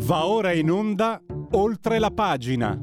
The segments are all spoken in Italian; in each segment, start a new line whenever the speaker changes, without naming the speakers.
Va ora in onda Oltre la pagina.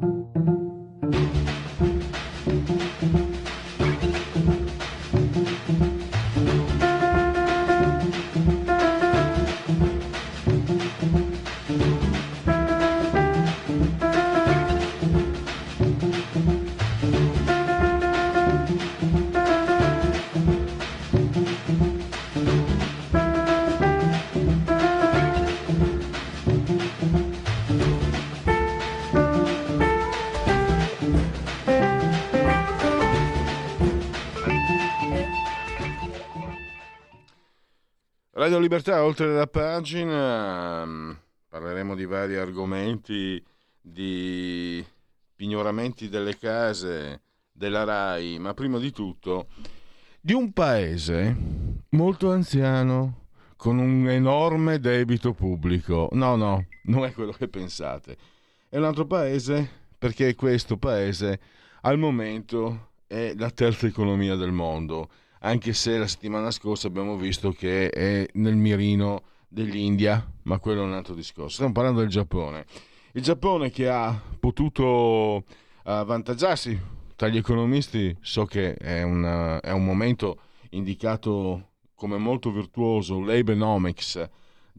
Radio Libertà, oltre la pagina, parleremo di vari argomenti, di pignoramenti delle case, della RAI, ma prima di tutto di un paese molto anziano con un enorme debito pubblico. No, non è quello che pensate. È un altro paese perché questo paese al momento è la terza economia del mondo, anche se la settimana scorsa abbiamo visto che è nel mirino dell'India, ma quello è un altro discorso. Stiamo parlando del Giappone. Il Giappone che ha potuto avvantaggiarsi tra gli economisti, so che è un momento indicato come molto virtuoso, l'Abenomics,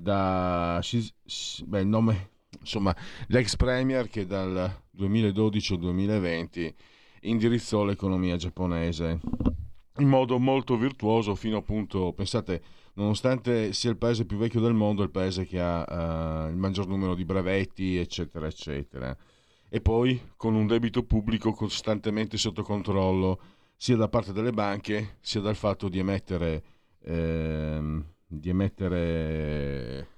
il nome, insomma, l'ex premier che dal 2012 al 2020 indirizzò l'economia giapponese in modo molto virtuoso fino appunto, pensate, nonostante sia il paese più vecchio del mondo, è il paese che ha il maggior numero di brevetti, eccetera, eccetera. E poi con un debito pubblico costantemente sotto controllo, sia da parte delle banche, sia dal fatto di emettere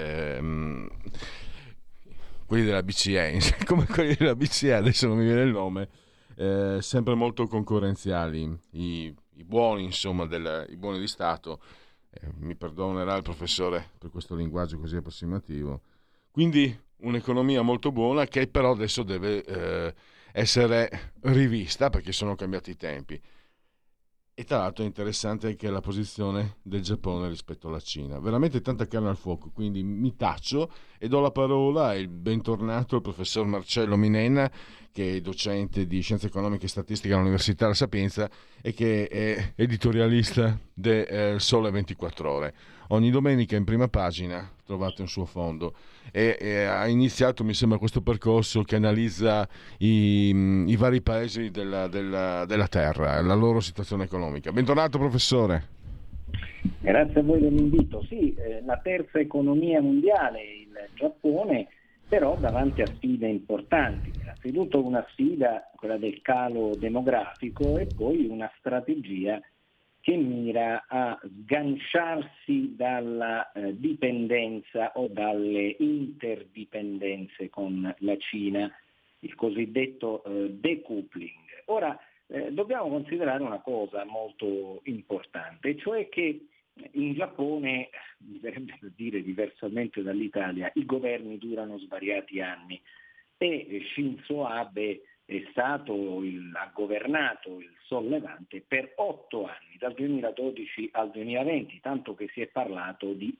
quelli della BCE, come quelli della BCE, adesso non mi viene il nome, sempre molto concorrenziali, i buoni, insomma, i buoni di Stato. Mi perdonerà il professore per questo linguaggio così approssimativo. Quindi un'economia molto buona che però adesso deve essere rivista perché sono cambiati i tempi. E tra l'altro è interessante anche la posizione del Giappone rispetto alla Cina. Veramente tanta carne al fuoco, quindi mi taccio e do la parola al bentornato il professor Marcello Minenna, che è docente di Scienze Economiche e Statistica all'Università La Sapienza e che è editorialista del Sole 24 Ore. Ogni domenica in prima pagina trovate un suo fondo e ha iniziato, mi sembra, questo percorso che analizza i vari paesi della Terra, la loro situazione economica. Bentornato professore.
Grazie a voi dell'invito. Sì, la terza economia mondiale, il Giappone, però davanti a sfide importanti. Innanzitutto una sfida, quella del calo demografico, e poi una strategia che mira a sganciarsi dalla dipendenza o dalle interdipendenze con la Cina, il cosiddetto decoupling. Ora, dobbiamo considerare una cosa molto importante, cioè che in Giappone, mi verrebbe da dire diversamente dall'Italia, i governi durano svariati anni e Shinzo Abe ha governato il Sollevante per 8 anni, dal 2012 al 2020, tanto che si è parlato di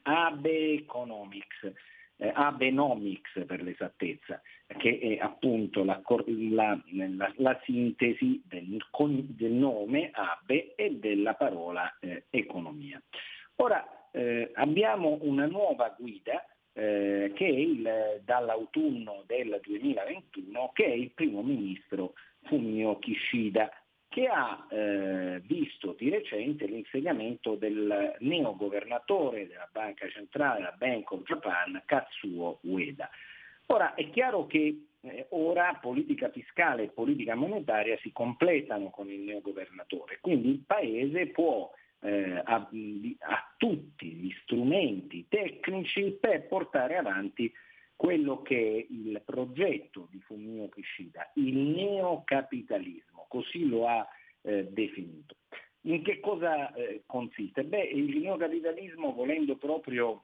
Abenomics per l'esattezza, che è appunto la sintesi del nome Abe e della parola economia. Ora abbiamo una nuova guida che è dall'autunno del 2021, che è il primo ministro Fumio Kishida, che ha visto di recente l'insediamento del neogovernatore della Banca Centrale, la Bank of Japan, Katsuo Ueda. Ora è chiaro che ora politica fiscale e politica monetaria si completano con il neogovernatore, quindi il Paese può ha tutti gli strumenti tecnici per portare avanti quello che è il progetto di Fumio Kishida, il neocapitalismo, così lo ha definito. In che cosa consiste? Il neocapitalismo, volendo proprio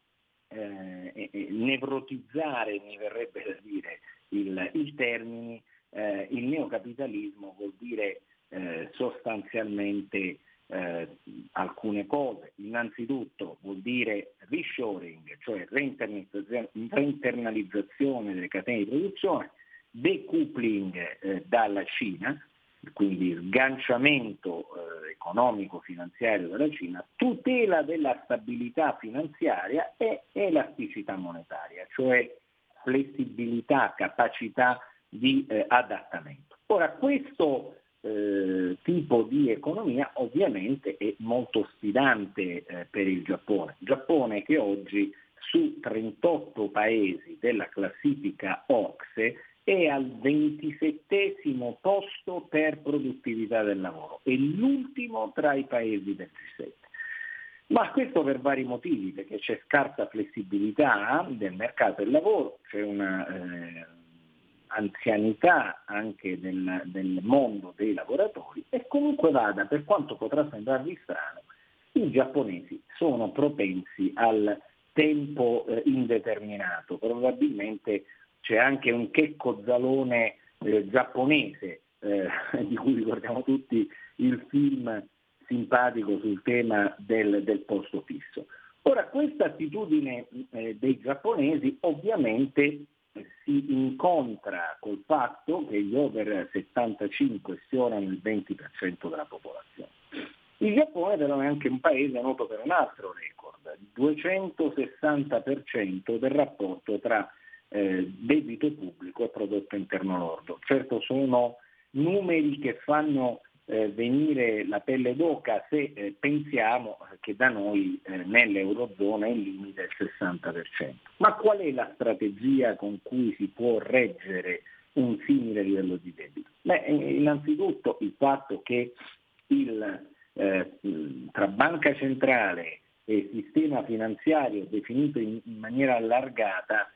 nevrotizzare, mi verrebbe da dire il termine, il neocapitalismo vuol dire sostanzialmente alcune cose. Innanzitutto vuol dire reshoring, cioè reinternalizzazione delle catene di produzione, decoupling dalla Cina, quindi sganciamento economico-finanziario dalla Cina, tutela della stabilità finanziaria e elasticità monetaria, cioè flessibilità, capacità di adattamento. Ora, questo tipo di economia ovviamente è molto sfidante per il Giappone. Giappone che oggi su 38 paesi della classifica OCSE è al 27° posto per produttività del lavoro, è l'ultimo tra i paesi del G7. Ma questo per vari motivi, perché c'è scarsa flessibilità del mercato del lavoro, c'è una anzianità anche del mondo dei lavoratori, e comunque vada, per quanto potrà sembrarvi strano, i giapponesi sono propensi al tempo indeterminato. Probabilmente c'è anche un Checco Zalone giapponese, di cui ricordiamo tutti il film simpatico sul tema del posto fisso. Ora, questa attitudine dei giapponesi ovviamente si incontra col fatto che gli over 75 sfiorano il 20% della popolazione. Il Giappone però è anche un paese noto per un altro record, il 260% del rapporto tra debito pubblico e prodotto interno lordo. Certo, sono numeri che fanno venire la pelle d'oca se pensiamo che da noi nell'Eurozona è il limite del 60%. Ma qual è la strategia con cui si può reggere un simile livello di debito? Innanzitutto il fatto che tra banca centrale e sistema finanziario definito in maniera allargata,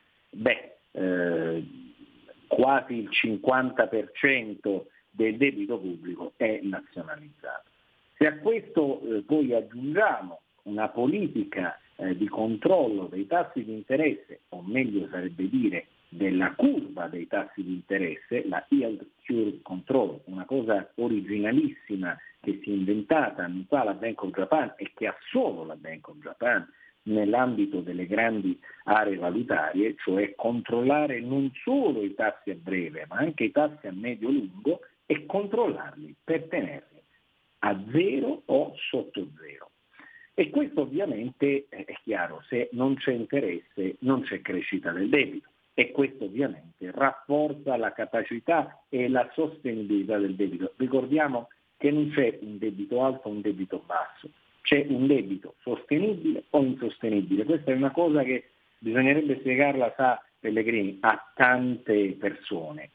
quasi il 50% del debito pubblico è nazionalizzato. Se a questo poi aggiungiamo una politica di controllo dei tassi di interesse, o meglio sarebbe dire della curva dei tassi di interesse, la yield curve control, una cosa originalissima che si è inventata anni fa la Bank of Japan e che ha solo la Bank of Japan nell'ambito delle grandi aree valutarie, cioè controllare non solo i tassi a breve ma anche i tassi a medio-lungo e controllarli per tenerli a zero o sotto zero. E questo ovviamente è chiaro, se non c'è interesse non c'è crescita del debito, e questo ovviamente rafforza la capacità e la sostenibilità del debito. Ricordiamo che non c'è un debito alto o un debito basso, c'è un debito sostenibile o insostenibile. Questa è una cosa che bisognerebbe spiegarla, sa Pellegrini, a tante persone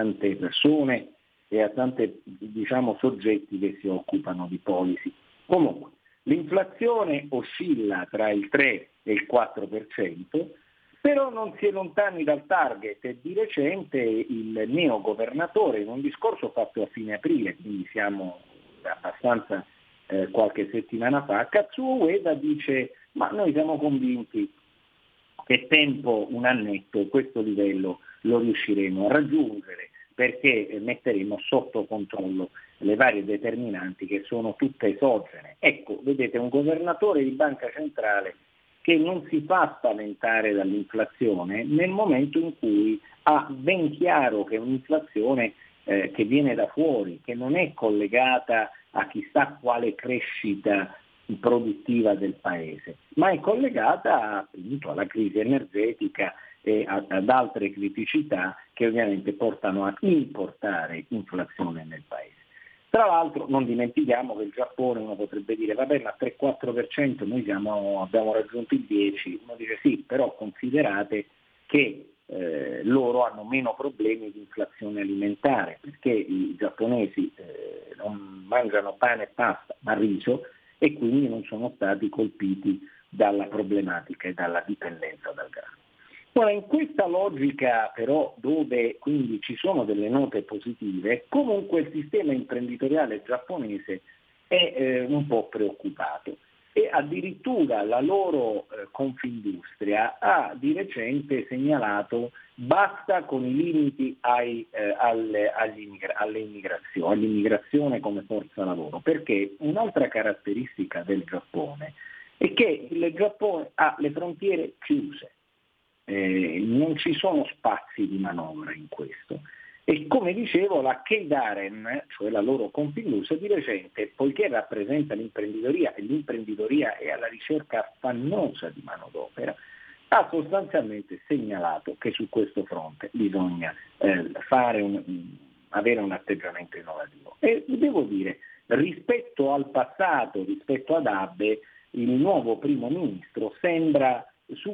e a tanti soggetti che si occupano di policy. Comunque, l'inflazione oscilla tra il 3 e il 4%, però non si è lontani dal target, e di recente il neogovernatore, in un discorso fatto a fine aprile, quindi siamo abbastanza qualche settimana fa, Katsuo Ueda dice: ma noi siamo convinti che tempo un annetto questo livello lo riusciremo a raggiungere, perché metteremo sotto controllo le varie determinanti che sono tutte esogene. Ecco, vedete, un governatore di banca centrale che non si fa spaventare dall'inflazione nel momento in cui ha ben chiaro che è un'inflazione che viene da fuori, che non è collegata a chissà quale crescita produttiva del paese, ma è collegata appunto alla crisi energetica e ad altre criticità che ovviamente portano a importare inflazione nel paese. Tra l'altro non dimentichiamo che il Giappone, uno potrebbe dire vabbè, ma 3-4% noi abbiamo raggiunto il 10%, uno dice sì, però considerate che loro hanno meno problemi di inflazione alimentare, perché i giapponesi non mangiano pane e pasta ma riso, e quindi non sono stati colpiti dalla problematica e dalla dipendenza dal grano. Ora, in questa logica però, dove quindi ci sono delle note positive, comunque il sistema imprenditoriale giapponese è un po' preoccupato. e addirittura la loro Confindustria ha di recente segnalato basta con i limiti all'immigrazione come forza lavoro, perché un'altra caratteristica del Giappone è che il Giappone ha le frontiere chiuse, non ci sono spazi di manovra in questo. E come dicevo, la Keidaren, cioè la loro Confindustria, di recente, poiché rappresenta l'imprenditoria e l'imprenditoria è alla ricerca affannosa di manodopera, ha sostanzialmente segnalato che su questo fronte bisogna avere un atteggiamento innovativo. E devo dire, rispetto al passato, rispetto ad Abe, il nuovo primo ministro sembra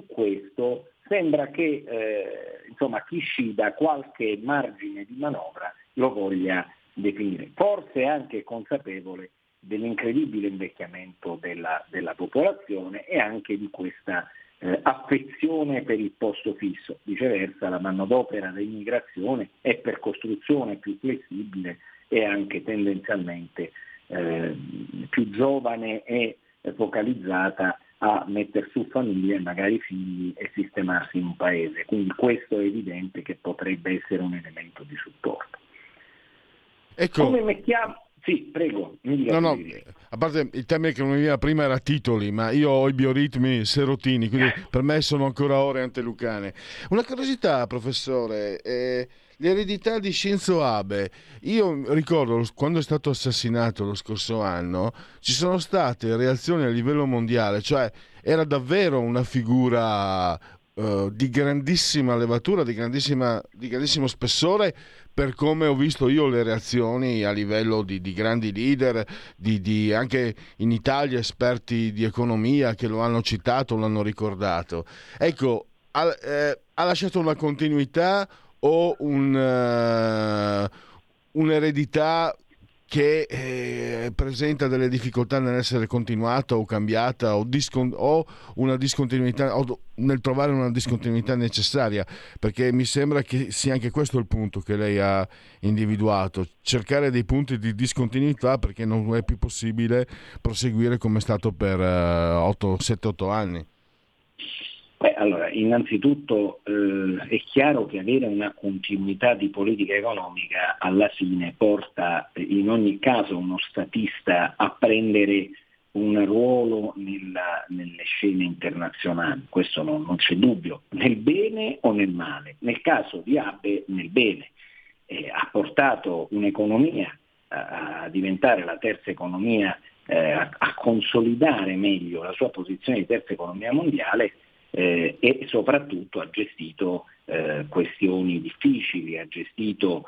che Kishida qualche margine di manovra lo voglia definire, forse anche consapevole dell'incredibile invecchiamento della popolazione e anche di questa affezione per il posto fisso. Viceversa, la manodopera dell'immigrazione è per costruzione più flessibile e anche tendenzialmente più giovane e focalizzata a mettere su famiglia e magari figli e sistemarsi in un paese. Quindi questo è evidente che potrebbe essere un elemento di supporto.
Ecco.
Come mettiamo? Sì, prego.
No, a parte il termine che non mi veniva prima era titoli, ma io ho i bioritmi serotini, quindi per me sono ancora ore antelucane. Una curiosità, professore, l'eredità di Shinzo Abe. Io ricordo quando è stato assassinato lo scorso anno, ci sono state reazioni a livello mondiale, cioè era davvero una figura di grandissima levatura, di grandissimo spessore, per come ho visto io le reazioni a livello di grandi leader, anche in Italia esperti di economia che lo hanno citato, l'hanno ricordato. Ecco, ha lasciato una continuità o un'eredità che presenta delle difficoltà nell'essere continuata o cambiata o una discontinuità o nel trovare una discontinuità necessaria, perché mi sembra che sia anche questo il punto che lei ha individuato, cercare dei punti di discontinuità, perché non è più possibile proseguire come è stato per 7-8 anni.
Allora, innanzitutto è chiaro che avere una continuità di politica economica alla fine porta in ogni caso uno statista a prendere un ruolo nelle scene internazionali, questo non c'è dubbio, nel bene o nel male. Nel caso di Abe, nel bene, ha portato un'economia a diventare la terza economia, a consolidare meglio la sua posizione di terza economia mondiale, e soprattutto ha gestito questioni difficili, ha gestito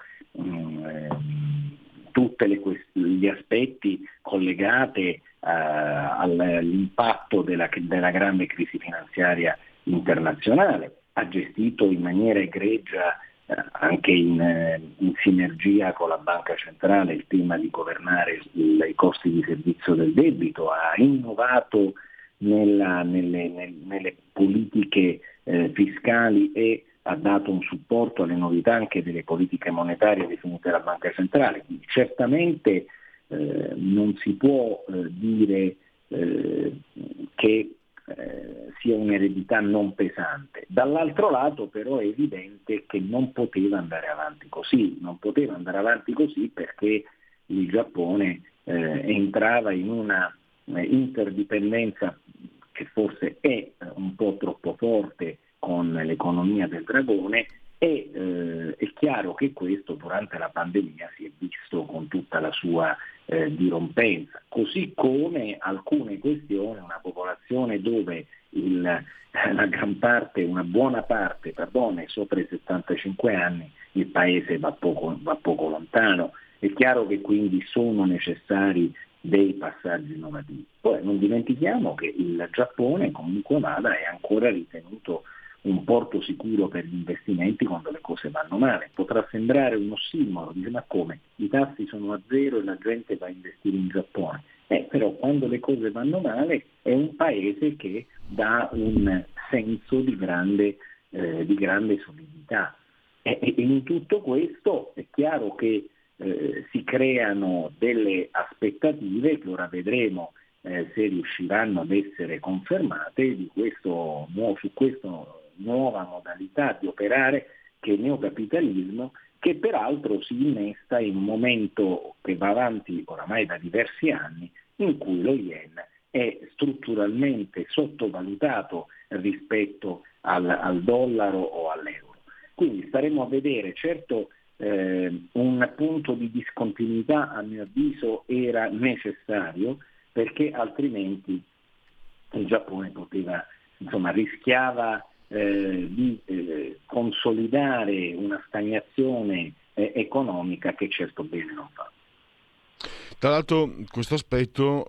tutti gli aspetti collegati all'impatto della grande crisi finanziaria internazionale, ha gestito in maniera egregia anche in sinergia con la Banca Centrale il tema di governare i costi di servizio del debito, ha innovato nelle politiche fiscali e ha dato un supporto alle novità anche delle politiche monetarie definite dalla Banca Centrale. Quindi certamente non si può dire che sia un'eredità non pesante. Dall'altro lato però è evidente che non poteva andare avanti così perché il Giappone entrava in una interdipendenza che forse è un po' troppo forte con l'economia del dragone e è chiaro che questo durante la pandemia si è visto con tutta la sua dirompenza, così come alcune questioni, una popolazione dove una buona parte è sopra i 75 anni, il paese va poco lontano. È chiaro che quindi sono necessari dei passaggi innovativi. Poi non dimentichiamo che il Giappone comunque è ancora ritenuto un porto sicuro per gli investimenti quando le cose vanno male. Potrà sembrare un ossimoro, dice ma come? I tassi sono a zero e la gente va a investire in Giappone. Però quando le cose vanno male è un paese che dà un senso di grande solidità. E in tutto questo è chiaro che si creano delle aspettative che ora vedremo se riusciranno ad essere confermate, su questa nuova modalità di operare che è il neocapitalismo, che peraltro si innesta in un momento che va avanti oramai da diversi anni, in cui lo yen è strutturalmente sottovalutato rispetto al dollaro o all'euro. Quindi staremo a vedere, certo un punto di discontinuità a mio avviso era necessario, perché altrimenti il Giappone rischiava di consolidare una stagnazione economica che certo bene non fa.
Tra l'altro questo aspetto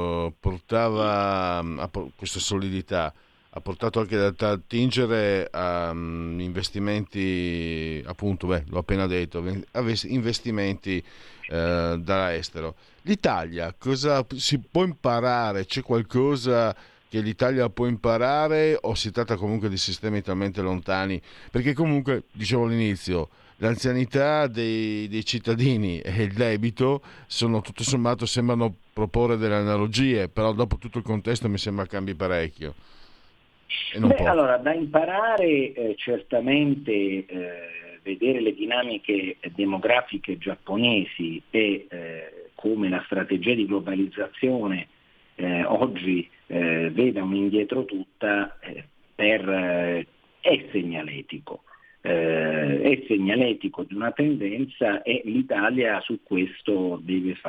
questa solidità ha portato anche ad attingere a investimenti, appunto, l'ho appena detto, investimenti dall'estero. L'Italia cosa si può imparare? C'è qualcosa che l'Italia può imparare o si tratta comunque di sistemi talmente lontani? Perché comunque, dicevo all'inizio, l'anzianità dei cittadini e il debito sono tutto sommato, sembrano proporre delle analogie, però dopo tutto il contesto mi sembra cambi parecchio.
Allora, da imparare certamente vedere le dinamiche demografiche giapponesi e come la strategia di globalizzazione oggi veda un indietro tutta è segnaletico. È segnaletico di una tendenza, e l'Italia su questo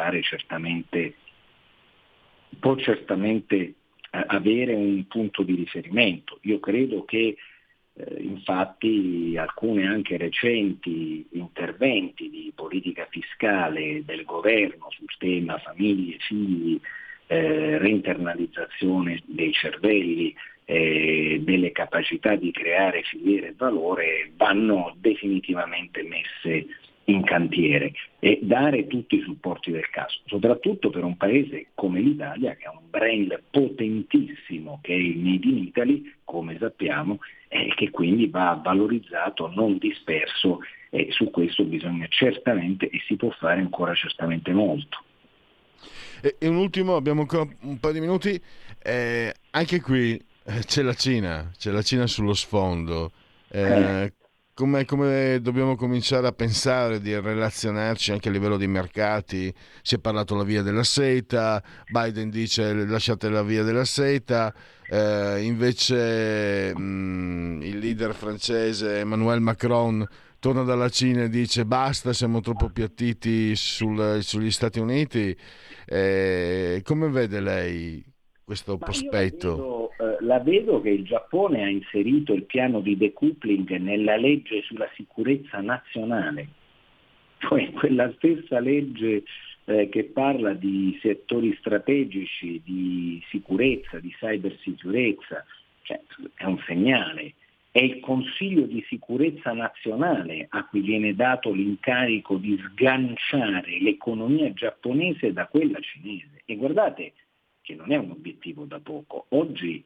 può certamente avere un punto di riferimento. Io credo che infatti alcune anche recenti interventi di politica fiscale del governo sul tema famiglie, figli, reinternalizzazione dei cervelli, delle capacità di creare filiere e valore vanno definitivamente messe in cantiere e dare tutti i supporti del caso, soprattutto per un paese come l'Italia, che ha un brand potentissimo che è il Made in Italy, come sappiamo, che quindi va valorizzato, non disperso, e su questo bisogna certamente, e si può fare ancora certamente molto.
E un ultimo, abbiamo ancora un paio di minuti, anche qui c'è la Cina sullo sfondo. Come dobbiamo cominciare a pensare di relazionarci anche a livello di mercati? Si è parlato della via della seta, Biden dice lasciate la via della seta, invece il leader francese Emmanuel Macron torna dalla Cina e dice basta, siamo troppo appiattiti sugli Stati Uniti. Come vede lei questo prospetto?
La vedo che il Giappone ha inserito il piano di decoupling nella legge sulla sicurezza nazionale, cioè quella stessa legge che parla di settori strategici, di sicurezza, di cybersicurezza, cioè, è un segnale. È il Consiglio di sicurezza nazionale a cui viene dato l'incarico di sganciare l'economia giapponese da quella cinese. E guardate che non è un obiettivo da poco. Oggi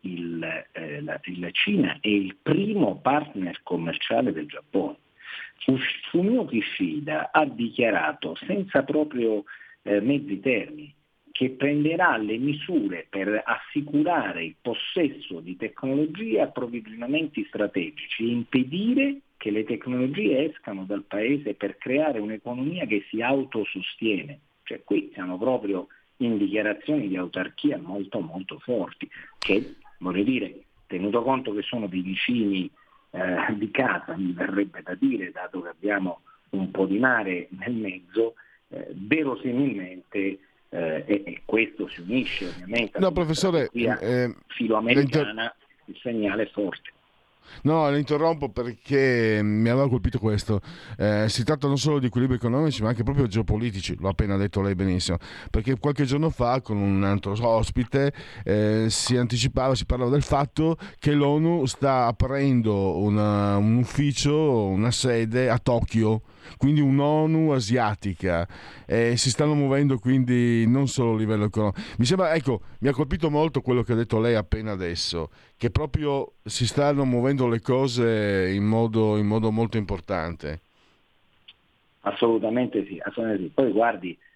la Cina è il primo partner commerciale del Giappone. Fumio Kishida ha dichiarato senza proprio mezzi termini che prenderà le misure per assicurare il possesso di tecnologie e approvvigionamenti strategici, impedire che le tecnologie escano dal paese per creare un'economia che si autosostiene. Cioè qui siamo proprio in dichiarazioni di autarchia molto molto forti, che vorrei dire, tenuto conto che sono dei vicini di casa, mi verrebbe da dire, dato che abbiamo un po' di mare nel mezzo, verosimilmente e questo si unisce ovviamente
alla professore,
filoamericana, il segnale è forte.
No, la interrompo perché mi aveva colpito questo. Si tratta non solo di equilibri economici, ma anche proprio geopolitici, l'ha appena detto lei benissimo. Perché qualche giorno fa, con un altro ospite, si parlava del fatto che l'ONU sta aprendo un ufficio, una sede a Tokyo, quindi un'ONU asiatica. Si stanno muovendo quindi non solo a livello economico. Mi sembra, ecco, mi ha colpito molto quello che ha detto lei appena adesso, che proprio si stanno muovendo le cose in modo molto importante.
Assolutamente sì. Poi guardi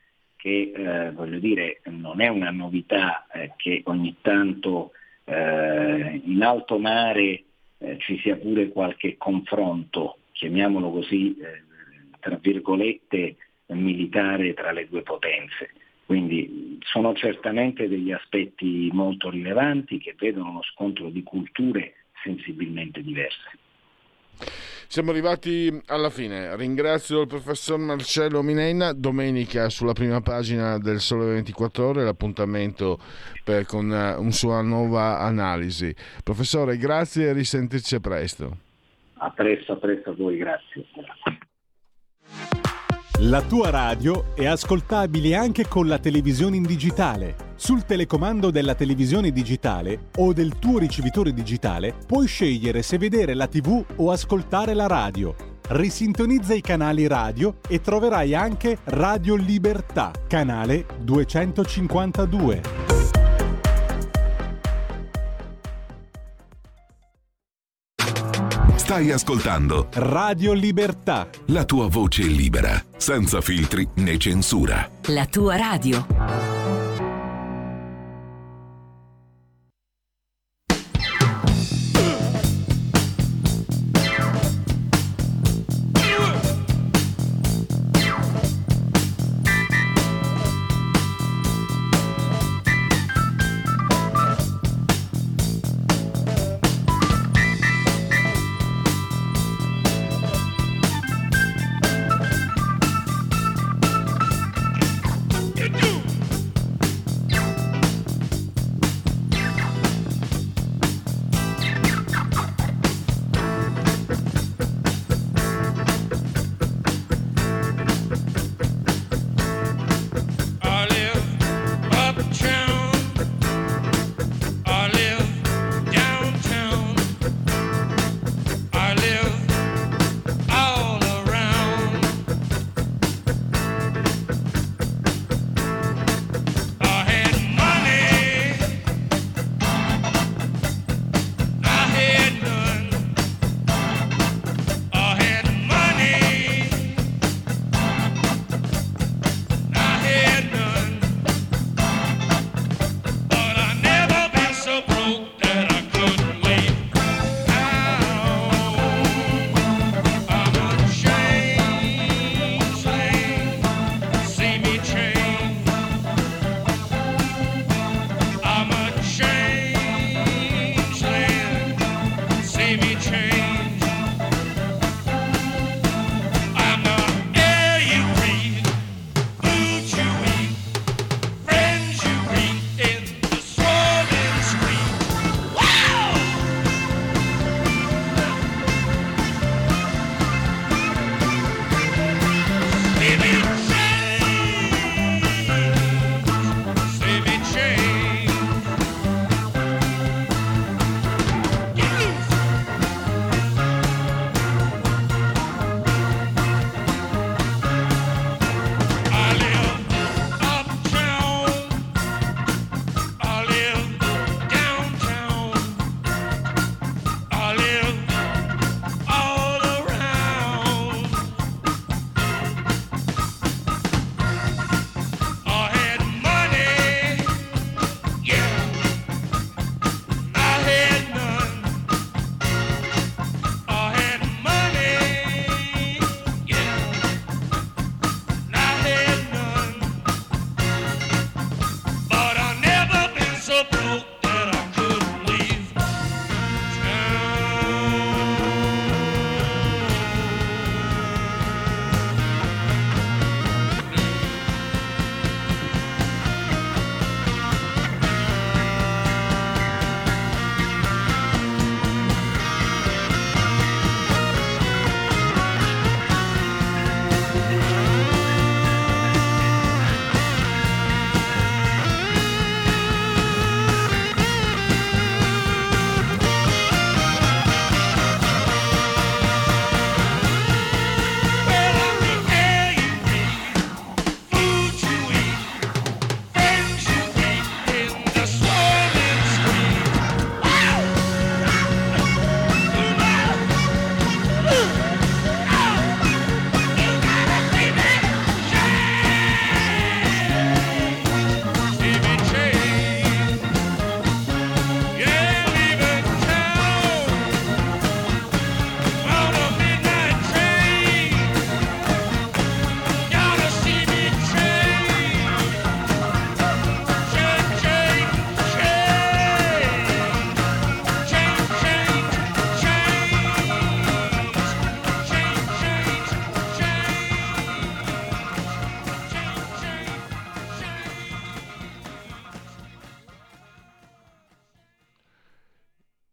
che voglio dire non è una novità che ogni tanto in alto mare ci sia pure qualche confronto, chiamiamolo così, tra virgolette, militare tra le due potenze. Quindi sono certamente degli aspetti molto rilevanti che vedono uno scontro di culture sensibilmente diverse.
Siamo arrivati alla fine. Ringrazio il professor Marcello Minenna. Domenica sulla prima pagina del Sole 24 Ore l'appuntamento con una sua nuova analisi. Professore, grazie e risentirci presto.
A presto a voi, grazie.
La tua radio è ascoltabile anche con la televisione in digitale. Sul telecomando della televisione digitale o del tuo ricevitore digitale puoi scegliere se vedere la TV o ascoltare la radio. Risintonizza i canali radio e troverai anche Radio Libertà, canale 252.
Stai ascoltando
Radio Libertà.
la tua voce libera, senza filtri né censura.
La tua radio.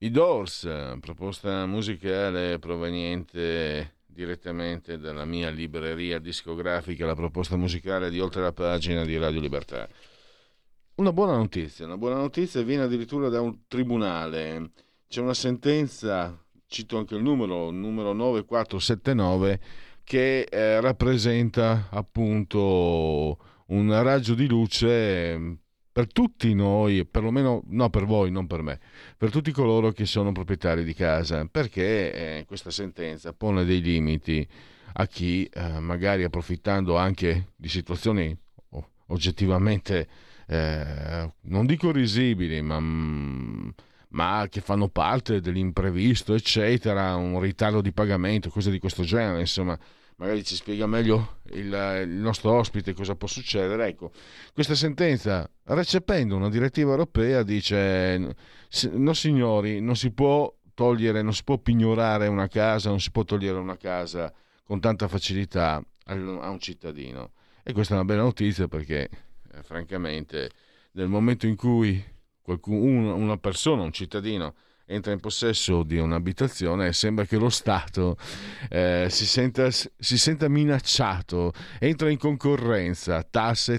I Doors, proposta musicale proveniente direttamente dalla mia libreria discografica, la proposta musicale di Oltre la pagina di Radio Libertà. Una buona notizia viene addirittura da un tribunale. C'è una sentenza, cito anche il numero 9479, che rappresenta appunto un raggio di luce per tutti noi, perlomeno no, per voi, non per me, per tutti coloro che sono proprietari di casa, perché questa sentenza pone dei limiti a chi magari approfittando anche di situazioni oggettivamente non dico risibili, ma che fanno parte dell'imprevisto, eccetera, un ritardo di pagamento, cose di questo genere, insomma. Magari ci spiega meglio il nostro ospite cosa può succedere. Ecco, questa sentenza, recependo una direttiva europea, dice: no signori, non si può pignorare una casa, non si può togliere una casa con tanta facilità a un cittadino. E questa è una bella notizia, perché francamente nel momento in cui una persona, un cittadino, entra in possesso di un'abitazione, sembra che lo Stato si senta minacciato, entra in concorrenza, tasse,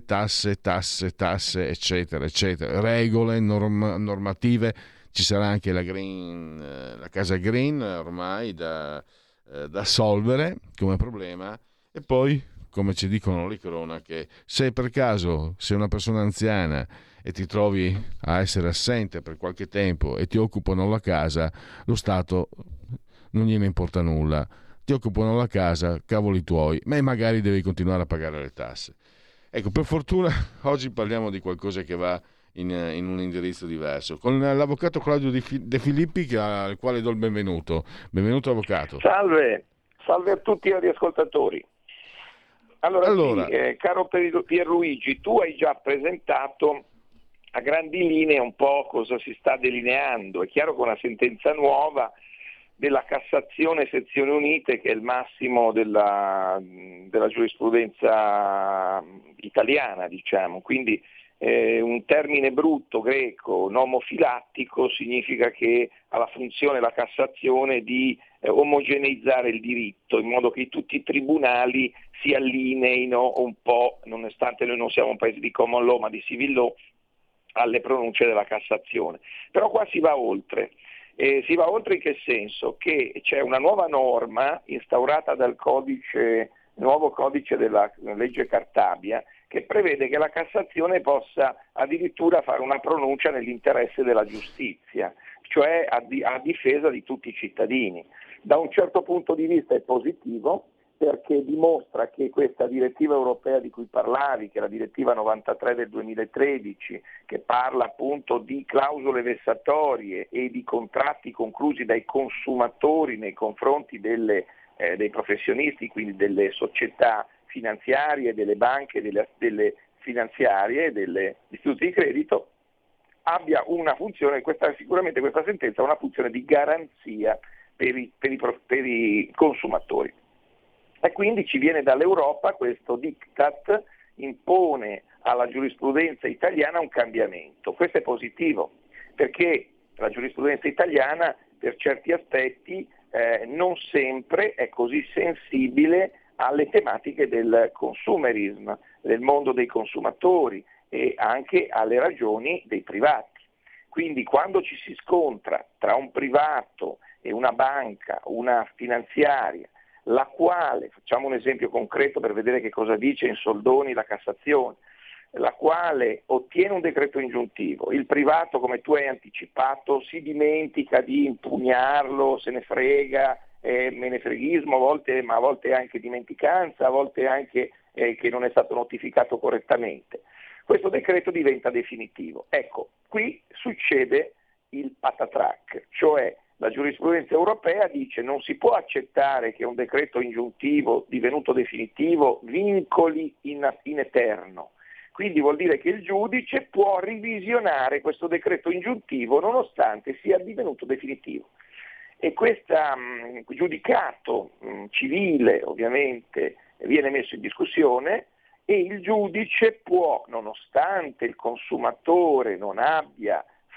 eccetera, eccetera, regole, normative. Ci sarà anche la casa green ormai da solvere come problema. E poi, come ci dicono le cronache, se per caso sei una persona anziana e ti trovi a essere assente per qualche tempo e ti occupano la casa, lo Stato non gliene importa nulla. Ti occupano la casa, cavoli tuoi, ma magari devi continuare a pagare le tasse. Ecco, per fortuna oggi parliamo di qualcosa che va in un indirizzo diverso, con l'avvocato Claudio De Filippi, al quale do il benvenuto. Benvenuto, avvocato.
Salve a tutti gli ascoltatori. Allora. Sì, caro Pierluigi, tu hai già presentato a grandi linee un po' cosa si sta delineando. È chiaro che una sentenza nuova della Cassazione Sezioni Unite, che è il massimo della giurisprudenza italiana, diciamo. Quindi un termine brutto greco, nomofilattico, significa che ha la funzione la Cassazione di omogeneizzare il diritto, in modo che tutti i tribunali si allineino un po', nonostante noi non siamo un paese di common law ma di civil law, alle pronunce della Cassazione. Però qua si va oltre. Si va oltre in che senso? Che c'è una nuova norma instaurata dal nuovo codice della legge Cartabia, che prevede che la Cassazione possa addirittura fare una pronuncia nell'interesse della giustizia, cioè a difesa di tutti i cittadini. Da un certo punto di vista è positivo, perché dimostra che questa direttiva europea di cui parlavi, che è la direttiva 93 del 2013, che parla appunto di clausole vessatorie e di contratti conclusi dai consumatori nei confronti dei professionisti, quindi delle società finanziarie, delle banche, delle finanziarie, delle istituti di credito, abbia una funzione, sicuramente questa sentenza ha una funzione di garanzia per i consumatori. E quindi ci viene dall'Europa questo diktat, impone alla giurisprudenza italiana un cambiamento. Questo è positivo, perché la giurisprudenza italiana per certi aspetti non sempre è così sensibile alle tematiche del consumerism, del mondo dei consumatori e anche alle ragioni dei privati. Quindi quando ci si scontra tra un privato e una banca, una finanziaria, la quale, facciamo un esempio concreto per vedere che cosa dice in soldoni la Cassazione, la quale ottiene un decreto ingiuntivo, il privato, come tu hai anticipato, si dimentica di impugnarlo, se ne frega, menefreghismo a volte, ma a volte anche dimenticanza, a volte anche che non è stato notificato correttamente. Questo decreto diventa definitivo. Ecco, qui succede il patatrac, cioè la giurisprudenza europea dice non si può accettare che un decreto ingiuntivo divenuto definitivo vincoli in eterno. Quindi vuol dire che il giudice può revisionare questo decreto ingiuntivo nonostante sia divenuto definitivo. E questo giudicato civile ovviamente viene messo in discussione e il giudice può, nonostante il consumatore non abbia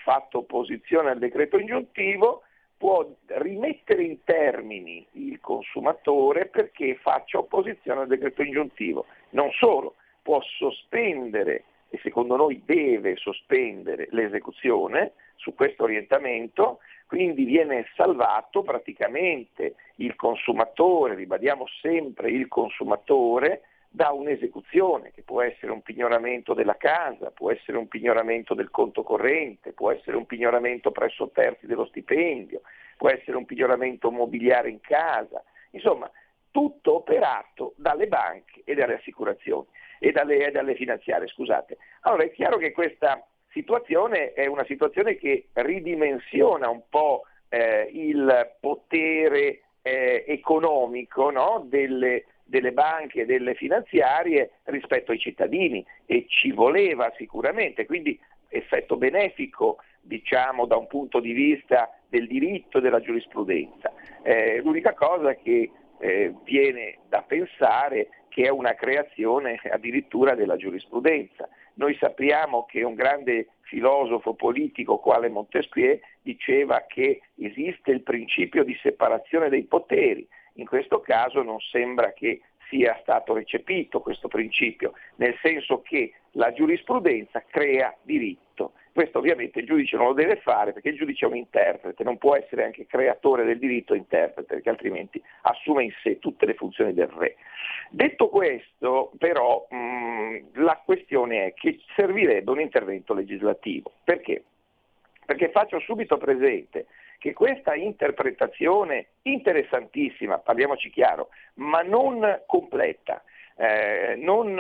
fatto opposizione al decreto ingiuntivo può rimettere in termini il consumatore perché faccia opposizione al decreto ingiuntivo. Non solo, può sospendere, e secondo noi deve sospendere l'esecuzione su questo orientamento, quindi viene salvato praticamente il consumatore, ribadiamo sempre il consumatore, da un'esecuzione che può essere un pignoramento della casa, può essere un pignoramento del conto corrente, può essere un pignoramento presso terzi dello stipendio, può essere un pignoramento mobiliare in casa, insomma tutto operato dalle banche e dalle assicurazioni e dalle finanziarie, scusate. Allora è chiaro che questa situazione è una situazione che ridimensiona un po' il potere economico, no? delle banche e delle finanziarie rispetto ai cittadini, e ci voleva sicuramente, quindi effetto benefico diciamo da un punto di vista del diritto e della giurisprudenza. L'unica cosa che viene da pensare che è una creazione addirittura della giurisprudenza. Noi sappiamo che un grande filosofo politico quale Montesquieu diceva che esiste il principio di separazione dei poteri. In questo caso non sembra che sia stato recepito questo principio, nel senso che la giurisprudenza crea diritto. Questo ovviamente il giudice non lo deve fare, perché il giudice è un interprete, non può essere anche creatore del diritto e interprete, perché altrimenti assume in sé tutte le funzioni del re. Detto questo, però, la questione è che servirebbe un intervento legislativo. Perché? Perché faccio subito presente che questa interpretazione interessantissima, parliamoci chiaro, ma non completa, non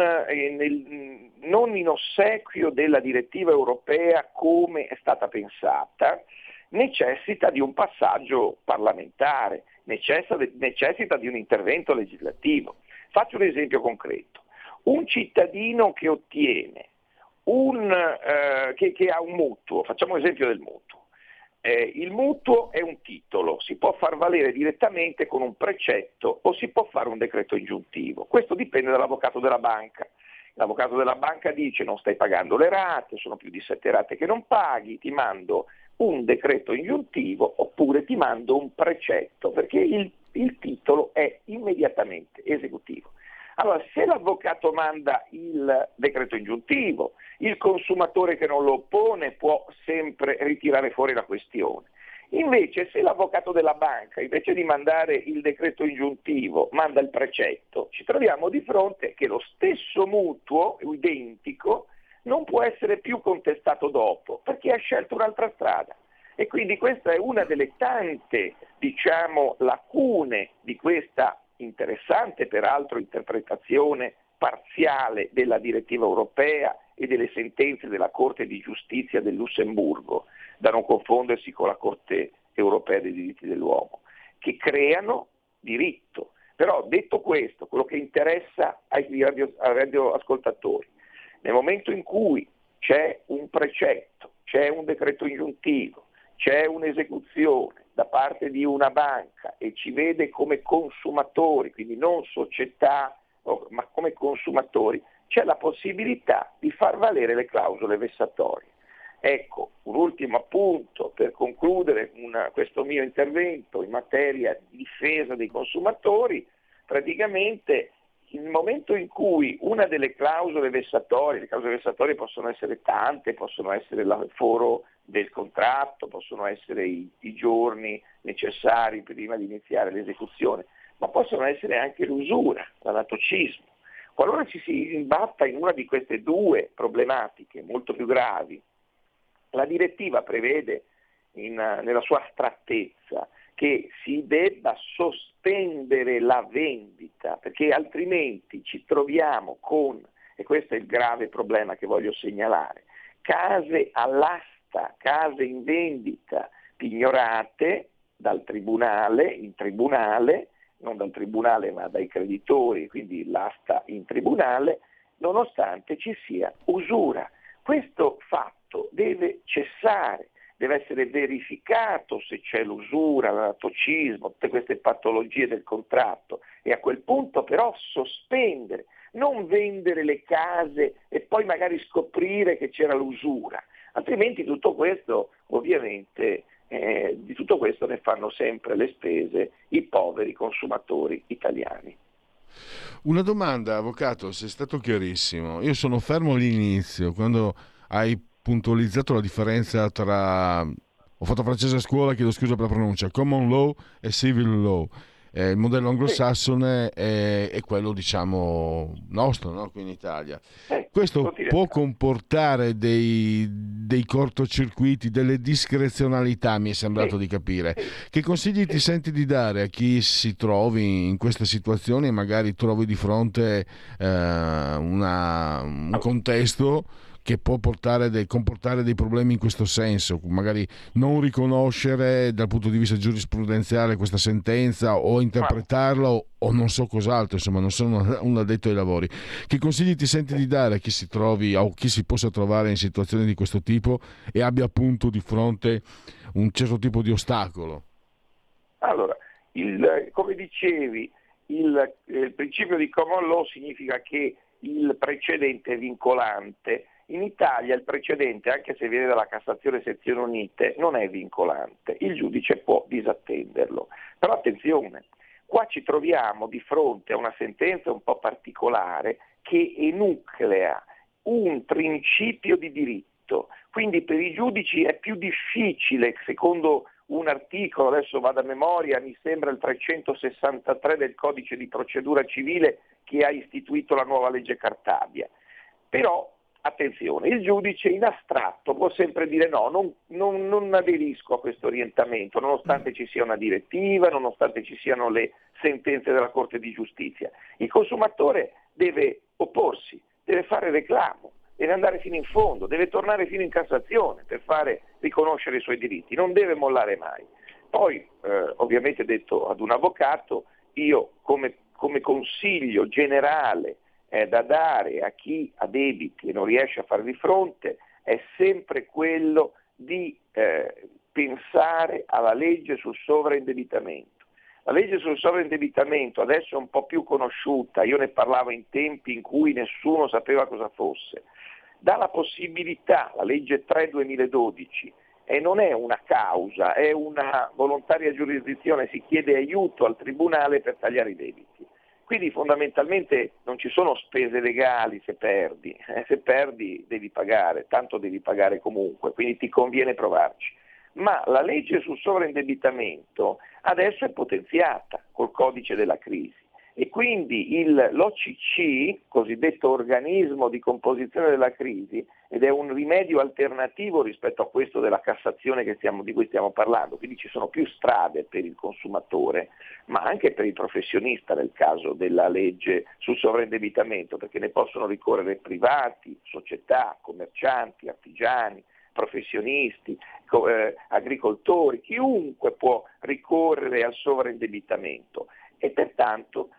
in ossequio della direttiva europea come è stata pensata, necessita di un passaggio parlamentare, necessita di un intervento legislativo. Faccio un esempio concreto. Un cittadino che ottiene che ha un mutuo, facciamo l'esempio del mutuo. Il mutuo è un titolo, si può far valere direttamente con un precetto o si può fare un decreto ingiuntivo. Questo dipende dall'avvocato della banca. L'avvocato della banca dice non stai pagando le rate, sono più di 7 rate che non paghi, ti mando un decreto ingiuntivo oppure ti mando un precetto, perché il titolo è immediatamente esecutivo. Allora, se l'avvocato manda il decreto ingiuntivo, il consumatore che non lo oppone può sempre ritirare fuori la questione. Invece, se l'avvocato della banca, invece di mandare il decreto ingiuntivo, manda il precetto, ci troviamo di fronte che lo stesso mutuo, identico, non può essere più contestato dopo, perché ha scelto un'altra strada. E quindi questa è una delle tante, lacune di questa interessante peraltro interpretazione parziale della direttiva europea e delle sentenze della Corte di Giustizia del Lussemburgo, da non confondersi con la Corte europea dei diritti dell'uomo, che creano diritto. Però detto questo, quello che interessa ai radioascoltatori, nel momento in cui c'è un precetto, c'è un decreto ingiuntivo, c'è un'esecuzione da parte di una banca e ci vede come consumatori, quindi non società, ma come consumatori, c'è la possibilità di far valere le clausole vessatorie. Ecco, un ultimo appunto per concludere questo mio intervento in materia di difesa dei consumatori. Praticamente nel momento in cui una delle clausole vessatorie, le clausole vessatorie possono essere tante, possono essere il foro del contratto, possono essere i giorni necessari prima di iniziare l'esecuzione, ma possono essere anche l'usura, l'anatocismo. Qualora ci si imbatta in una di queste due problematiche molto più gravi, la direttiva prevede nella sua astrattezza che si debba sospendere la vendita, perché altrimenti ci troviamo con, e questo è il grave problema che voglio segnalare, case all'asta, case in vendita pignorate dal tribunale, in tribunale, non dal tribunale ma dai creditori, quindi l'asta in tribunale, nonostante ci sia usura. Questo fatto deve cessare, deve essere verificato se c'è l'usura, l'anatocismo, tutte queste patologie del contratto, e a quel punto però sospendere, non vendere le case e poi magari scoprire che c'era l'usura. altrimenti tutto questo ovviamente di tutto questo ne fanno sempre le spese i poveri consumatori italiani.
Una domanda, avvocato, sei stato chiarissimo. Io sono fermo all'inizio, quando hai puntualizzato la differenza tra, ho fatto francese a scuola, chiedo scusa per la pronuncia, common law e civil law. Il modello anglosassone è quello, diciamo, nostro, no? Qui in Italia. Questo può comportare dei cortocircuiti, delle discrezionalità, mi è sembrato di capire. Che consigli ti senti di dare a chi si trovi in queste situazioni e magari trovi di fronte un contesto che può comportare dei problemi in questo senso, magari non riconoscere dal punto di vista giurisprudenziale questa sentenza o interpretarla o non so cos'altro, insomma non sono un addetto ai lavori. Che consigli ti senti di dare a chi si trovi o chi si possa trovare in situazioni di questo tipo e abbia appunto di fronte un certo tipo di ostacolo?
Allora, come dicevi, il principio di common law significa che il precedente è vincolante. In Italia il precedente, anche se viene dalla Cassazione Sezioni Unite, non è vincolante, il giudice può disattenderlo. Però attenzione, qua ci troviamo di fronte a una sentenza un po' particolare che enuclea un principio di diritto, quindi per i giudici è più difficile, secondo un articolo, adesso vado a memoria, mi sembra il 363 del Codice di Procedura Civile che ha istituito la nuova legge Cartabia. Però attenzione, il giudice in astratto può sempre dire no, non aderisco a questo orientamento, nonostante ci sia una direttiva, nonostante ci siano le sentenze della Corte di Giustizia. Il consumatore deve opporsi, deve fare reclamo, deve andare fino in fondo, deve tornare fino in Cassazione per fare riconoscere i suoi diritti, non deve mollare mai. Poi, ovviamente detto ad un avvocato, io come consiglio generale da dare a chi ha debiti e non riesce a farvi fronte è sempre quello di pensare alla legge sul sovraindebitamento. La legge sul sovraindebitamento adesso è un po' più conosciuta, io ne parlavo in tempi in cui nessuno sapeva cosa fosse, dà la possibilità, la legge 3/2012, e non è una causa, è una volontaria giurisdizione, si chiede aiuto al tribunale per tagliare i debiti. Quindi fondamentalmente non ci sono spese legali se perdi devi pagare, tanto devi pagare comunque, quindi ti conviene provarci. Ma la legge sul sovraindebitamento adesso è potenziata col codice della crisi e quindi l'OCC, cosiddetto organismo di composizione della crisi, ed è un rimedio alternativo rispetto a questo della Cassazione di cui stiamo parlando, quindi ci sono più strade per il consumatore, ma anche per il professionista nel caso della legge sul sovraindebitamento, perché ne possono ricorrere privati, società, commercianti, artigiani, professionisti, agricoltori, chiunque può ricorrere al sovraindebitamento e pertanto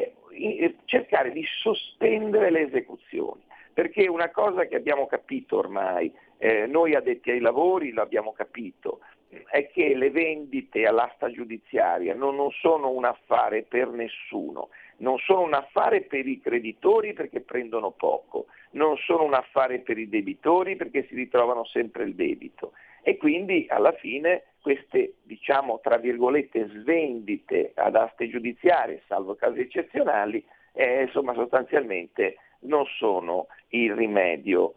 cercare di sospendere le esecuzioni, perché una cosa che abbiamo capito ormai, noi addetti ai lavori lo abbiamo capito, è che le vendite all'asta giudiziaria non sono un affare per nessuno, non sono un affare per i creditori perché prendono poco, non sono un affare per i debitori perché si ritrovano sempre il debito e quindi alla fine queste, diciamo, tra virgolette, svendite ad aste giudiziarie, salvo casi eccezionali, insomma sostanzialmente non sono il rimedio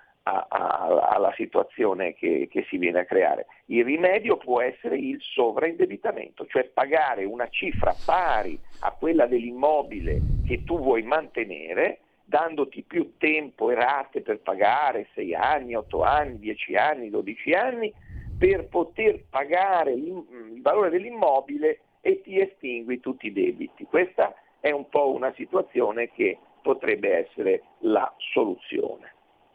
alla situazione che si viene a creare. Il rimedio può essere il sovraindebitamento, cioè pagare una cifra pari a quella dell'immobile che tu vuoi mantenere, dandoti più tempo e rate per pagare, 6 anni, 8 anni, 10 anni, 12 anni, per poter pagare il valore dell'immobile e ti estingui tutti i debiti. Questa è un po' una situazione che potrebbe essere la soluzione.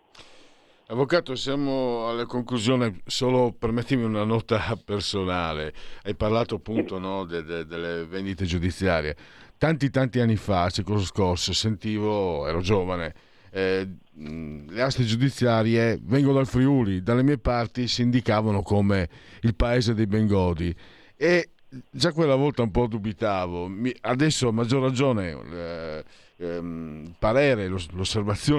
Avvocato, siamo alla conclusione, solo permettimi una nota personale. Hai parlato appunto delle vendite giudiziarie. Tanti anni fa, secolo scorso, ero giovane, le aste giudiziarie, vengo dal Friuli, dalle mie parti si indicavano come il paese dei bengodi e già quella volta un po' dubitavo. Adesso a maggior ragione il parere, l'osservazione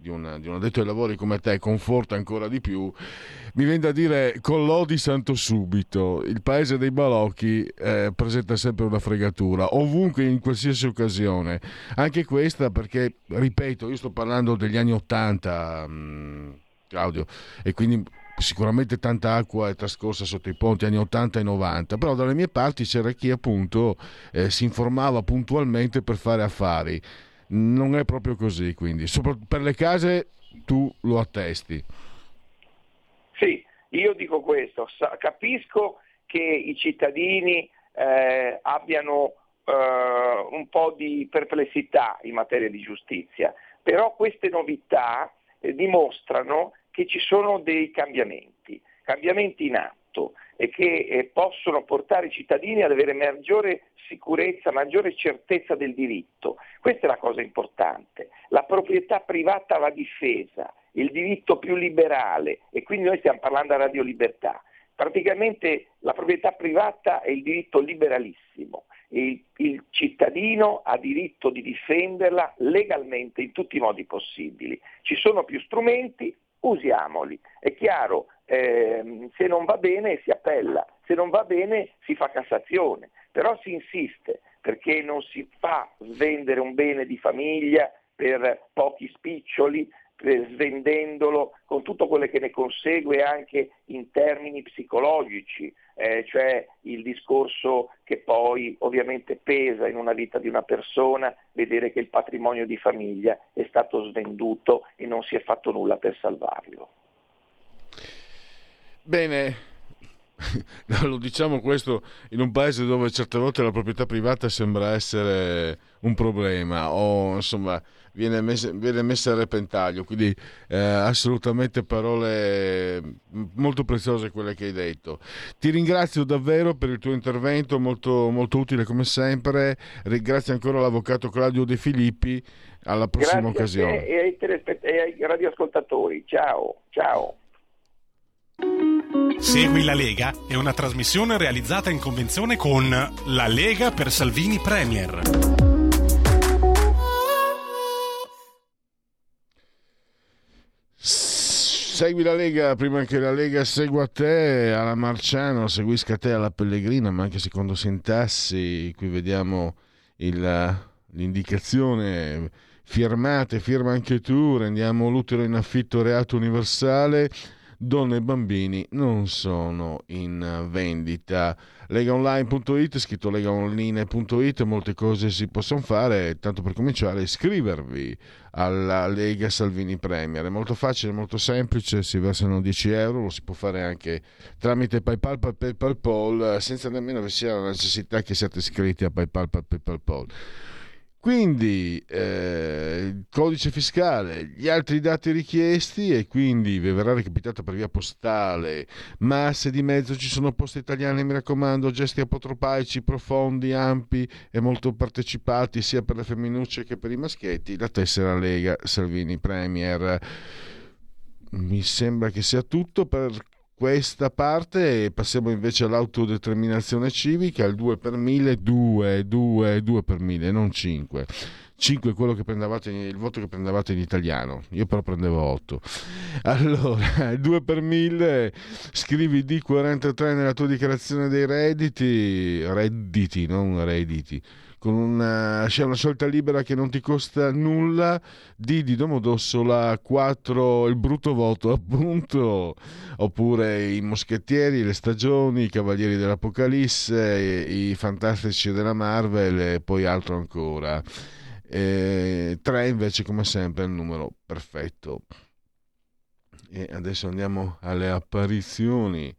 di un addetto ai lavori come te conforta ancora di più, mi viene da dire collodi santo subito. Il paese dei balocchi presenta sempre una fregatura, ovunque, in qualsiasi occasione. Anche questa perché, ripeto, io sto parlando degli anni '80, Claudio, e quindi sicuramente tanta acqua è trascorsa sotto i ponti anni 80 e 90, però dalle mie parti c'era chi appunto si informava puntualmente per fare affari. Non è proprio così, quindi per le case tu lo attesti.
Sì, io dico questo, capisco che i cittadini abbiano un po' di perplessità in materia di giustizia, però queste novità dimostrano che ci sono dei cambiamenti in atto e che possono portare i cittadini ad avere maggiore sicurezza, maggiore certezza del diritto. Questa è la cosa importante. La proprietà privata va difesa, il diritto più liberale, e quindi noi stiamo parlando a Radio Libertà. Praticamente la proprietà privata è il diritto liberalissimo. Il cittadino ha diritto di difenderla legalmente in tutti i modi possibili. Ci sono più strumenti, usiamoli. È chiaro, se non va bene si appella, se non va bene si fa Cassazione, però si insiste, perché non si fa svendere un bene di famiglia per pochi spiccioli, svendendolo con tutto quello che ne consegue anche in termini psicologici, cioè il discorso che poi ovviamente pesa in una vita di una persona, vedere che il patrimonio di famiglia è stato svenduto e non si è fatto nulla per salvarlo.
Bene, lo diciamo questo in un paese dove certe volte la proprietà privata sembra essere un problema o insomma viene messa a repentaglio, quindi assolutamente parole molto preziose quelle che hai detto. Ti ringrazio davvero per il tuo intervento, molto, molto utile come sempre. Ringrazio ancora l'avvocato Claudio De Filippi, alla prossima occasione.
Grazie a te e ai radioascoltatori, ciao.
Segui la Lega è una trasmissione realizzata in convenzione con La Lega per Salvini Premier.
Segui la Lega prima che la Lega segua te, alla Marciano, seguisca te alla Pellegrina, ma anche secondo sintassi. Qui vediamo l'indicazione: firmate, firma anche tu, rendiamo l'utero in affitto reato universale. Donne e bambini non sono in vendita. Legaonline.it, scritto legaonline.it, molte cose si possono fare, tanto per cominciare iscrivervi alla Lega Salvini Premier. È molto facile, molto semplice, si versano 10 euro, lo si può fare anche tramite PayPal, PayPal, senza nemmeno vi sia la necessità che siate iscritti a PayPal, PayPal. Quindi codice fiscale, gli altri dati richiesti, e quindi vi verrà recapitata per via postale, ma se di mezzo ci sono Poste Italiane, mi raccomando, gesti apotropaici profondi, ampi e molto partecipati sia per le femminucce che per i maschietti, la tessera Lega Salvini Premier. Mi sembra che sia tutto per questa parte, e passiamo invece all'autodeterminazione civica, il 2 per 1000, 2 per 1000, non 5 è quello che prendevate, il voto che prendevate in italiano, io però prendevo 8. Allora, 2 per 1000, scrivi D43 nella tua dichiarazione dei redditi, non redditi, c'è una scelta libera che non ti costa nulla, D di Domodossola, 4 il brutto voto appunto, oppure i moschettieri, le stagioni, i cavalieri dell'Apocalisse, i fantastici della Marvel e poi altro ancora. 3 invece come sempre è il numero perfetto. E adesso andiamo alle apparizioni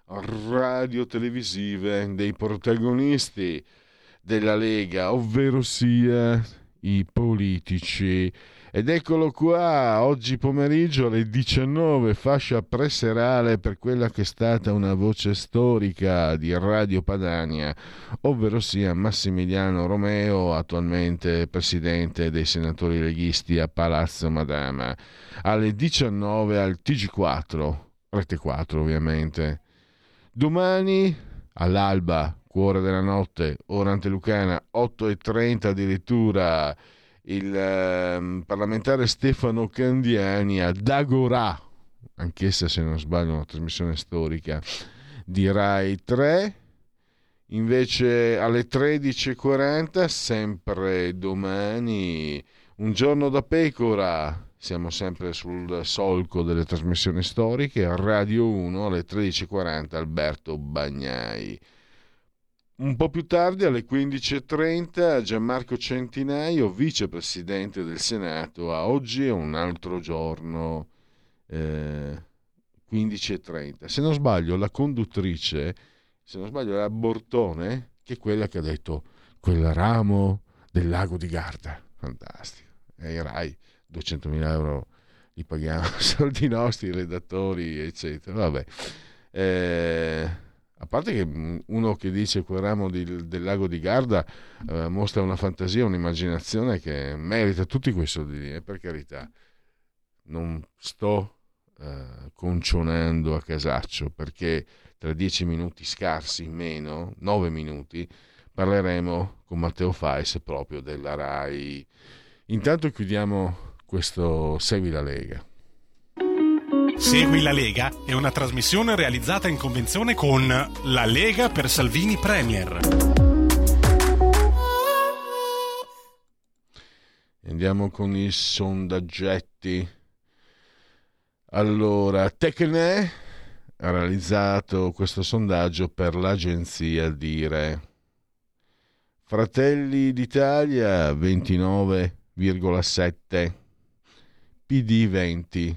radio-televisive dei protagonisti della Lega, ovvero sia i politici. Ed eccolo qua, oggi pomeriggio alle 19, fascia preserale per quella che è stata una voce storica di Radio Padania, ovvero sia Massimiliano Romeo, attualmente presidente dei senatori leghisti a Palazzo Madama, alle 19 al TG4, Rete 4 ovviamente. Domani all'alba, cuore della notte, ora antelucana, 8:30 addirittura, il parlamentare Stefano Candiani ad Agorà, anch'essa se non sbaglio una trasmissione storica di Rai 3. Invece alle 13.40, sempre domani, Un giorno da pecora, siamo sempre sul solco delle trasmissioni storiche, a Radio 1 alle 13.40 Alberto Bagnai. Un po' più tardi alle 15.30 Gianmarco Centinaio, vicepresidente del Senato, a Oggi è un altro giorno, 15.30. Se non sbaglio la conduttrice, se non sbaglio era Bortone, che è quella che ha detto quel ramo del lago di Garda, fantastico. E Rai 200.000 euro li paghiamo, soldi nostri, redattori eccetera, vabbè. A parte che uno che dice quel ramo del lago di Garda mostra una fantasia, un'immaginazione che merita tutti quei soldi, per carità. Non sto concionando a casaccio, perché tra 10 minuti scarsi, meno 9 minuti, parleremo con Matteo Fais proprio della Rai. Intanto chiudiamo questo Segui la Lega.
Segui la Lega è una trasmissione realizzata in convenzione con La Lega per Salvini Premier.
Andiamo con i sondaggetti. Allora, Tecne ha realizzato questo sondaggio per l'agenzia Dire. Fratelli d'Italia 29,7, PD 20.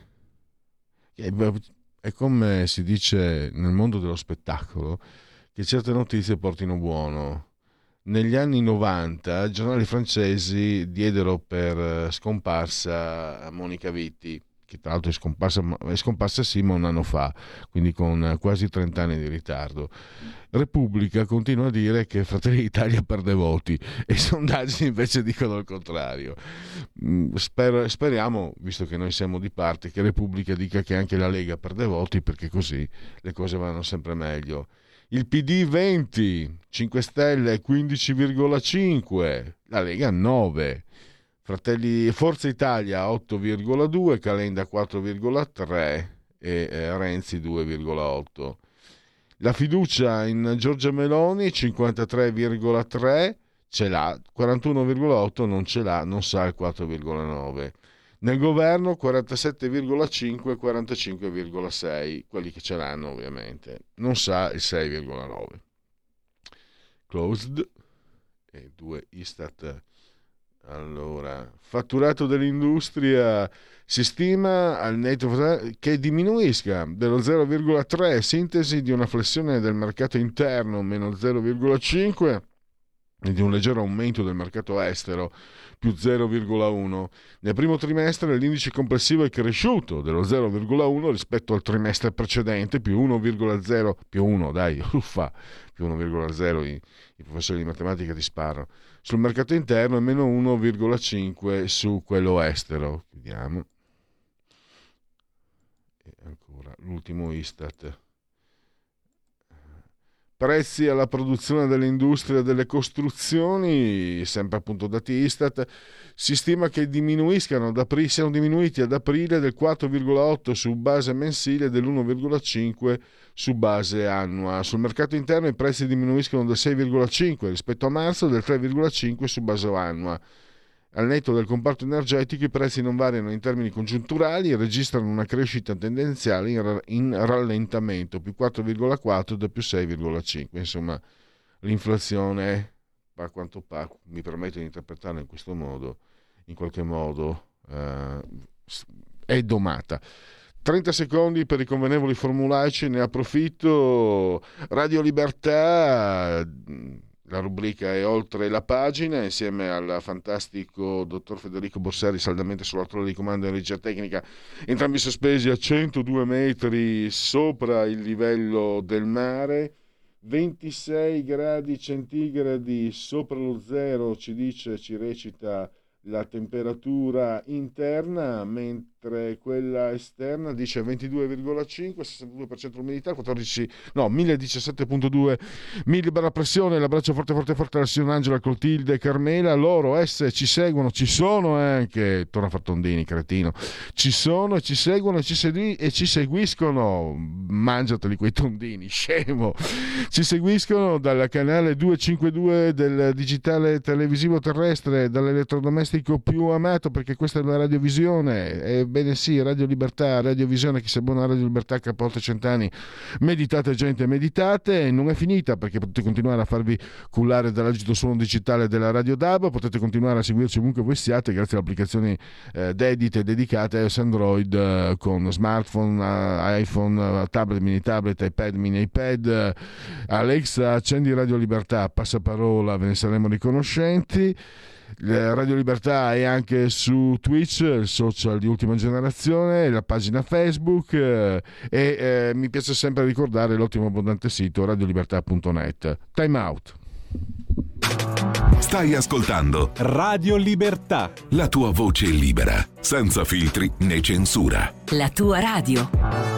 È come si dice nel mondo dello spettacolo, che certe notizie portino buono. Negli anni 90 i giornali francesi diedero per scomparsa Monica Vitti, che tra l'altro è scomparsa sì, ma un anno fa, quindi con quasi 30 anni di ritardo. Repubblica continua a dire che Fratelli d'Italia perde voti e i sondaggi invece dicono il contrario. Speriamo, visto che noi siamo di parte, che Repubblica dica che anche la Lega perde voti, perché così le cose vanno sempre meglio. Il PD 20, 5 Stelle 15,5, la Lega 9, Forza Italia 8,2, Calenda 4,3 e Renzi 2,8. La fiducia in Giorgia Meloni 53,3, ce l'ha, 41,8 non ce l'ha, non sa il 4,9. Nel governo 47,5 e 45,6, quelli che ce l'hanno ovviamente, non sa il 6,9. Closed e 2 Istat. Allora, fatturato dell'industria si stima al netto che diminuisca dello 0,3, sintesi di una flessione del mercato interno meno 0,5 e di un leggero aumento del mercato estero più 0,1. Nel primo trimestre l'indice complessivo è cresciuto dello 0,1 rispetto al trimestre precedente, più 1,0, più 1, dai, più 1,0, i professori di matematica ti sparano. Sul mercato interno è meno 1,5 su quello estero. Vediamo. E ancora l'ultimo Istat. Prezzi alla produzione dell'industria delle costruzioni, sempre appunto dati Istat, si stima che siano diminuiti ad aprile del 4,8 su base mensile e dell'1,5 su base annua. Sul mercato interno i prezzi diminuiscono del 6,5 rispetto a marzo e del 3,5 su base annua. Al netto del comparto energetico i prezzi non variano in termini congiunturali e registrano una crescita tendenziale in rallentamento, più 4,4 da più 6,5. Insomma, l'inflazione, a quanto mi permetto di interpretarla in questo modo, in qualche modo è domata. 30 secondi per i convenevoli formulaici, ne approfitto. Radio Libertà, la rubrica è Oltre la pagina, insieme al fantastico dottor Federico Borsari, saldamente sulla torre di comando in regia tecnica, entrambi sospesi a 102 metri sopra il livello del mare, 26 gradi centigradi sopra lo zero, ci recita la temperatura interna, mentre quella esterna dice 22,5, 62% l'umidità, 1017,2 millibar pressione. L'abbraccio forte alla signora Angela, Clotilde e Carmela. Loro ci seguono, ci sono anche, torna Fattondini, cretino, ci sono e ci seguono e ci seguiscono, mangiateli quei tondini, scemo, ci seguiscono dal canale 252 del digitale televisivo terrestre, dall'elettrodomestico più amato, perché questa è una radiovisione. Ebbene sì, Radio Libertà, radiovisione, chi si abbona a Radio Libertà che ha oltre 100 anni. Meditate gente, meditate. Non è finita, perché potete continuare a farvi cullare dall'agito suono digitale della Radio DAB, potete continuare a seguirci ovunque voi siate grazie alle applicazioni dedite e dedicate a iOS, Android, con smartphone, iPhone, tablet, mini tablet, iPad, mini iPad. Alexa, accendi Radio Libertà, passaparola, ve ne saremo riconoscenti. Radio Libertà è anche su Twitch, il social di ultima generazione, la pagina Facebook, e mi piace sempre ricordare l'ottimo abbondante sito radiolibertà.net. Time out.
Stai ascoltando
Radio Libertà,
la tua voce libera, senza filtri né censura.
La tua radio.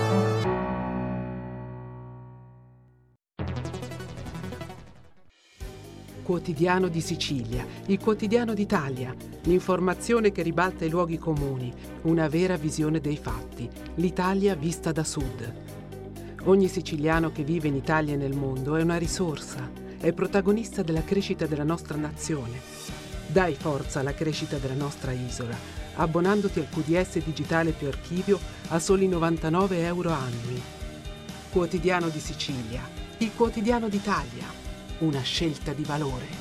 Quotidiano di Sicilia, il quotidiano d'Italia, l'informazione che ribalta i luoghi comuni, una vera visione dei fatti, l'Italia vista da sud. Ogni siciliano che vive in Italia e nel mondo è una risorsa, è protagonista della crescita della nostra nazione. Dai forza alla crescita della nostra isola, abbonandoti al QDS digitale più archivio a soli 99 euro annui. Quotidiano di Sicilia, il quotidiano d'Italia. Una scelta di valore.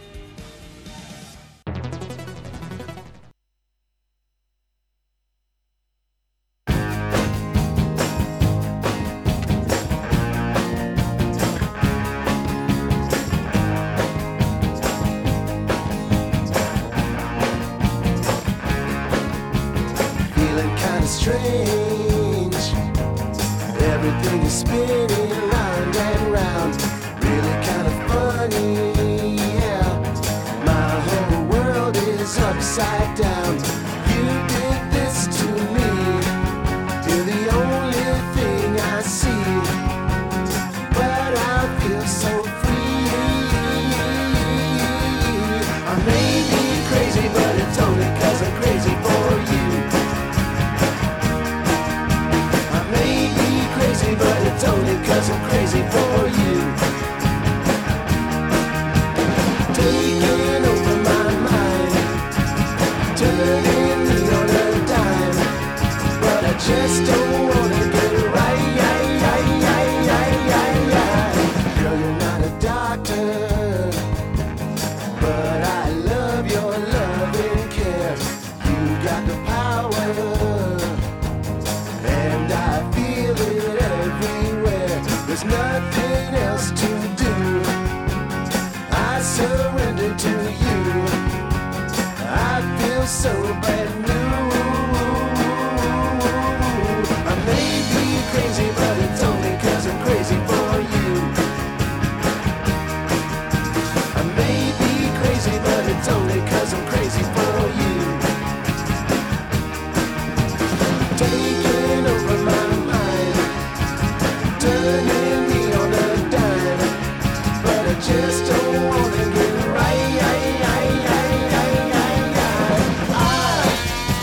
Feeling kind of strange. Everything is spinning round and round. Really kind of funny, yeah. My whole world is upside down. You did this to me. You're the only thing I see. But I feel so free. I may be crazy, but it's only 'cause I'm crazy for you. I may be crazy, but it's only 'cause I'm crazy for you. Taking over my mind, turning me on a dime, but I just don't wanna get it right. Girl, you're not a doctor, but I love your loving care. You got the power, and I feel it everywhere. There's nothing else to do. I surrender to you. I feel so brand new. I may be crazy, but it's only 'cause I'm crazy for you. I may be crazy, but it's only 'cause I'm crazy for you. Taking over my mind, turning me on a dime, but I just don't wanna get right. I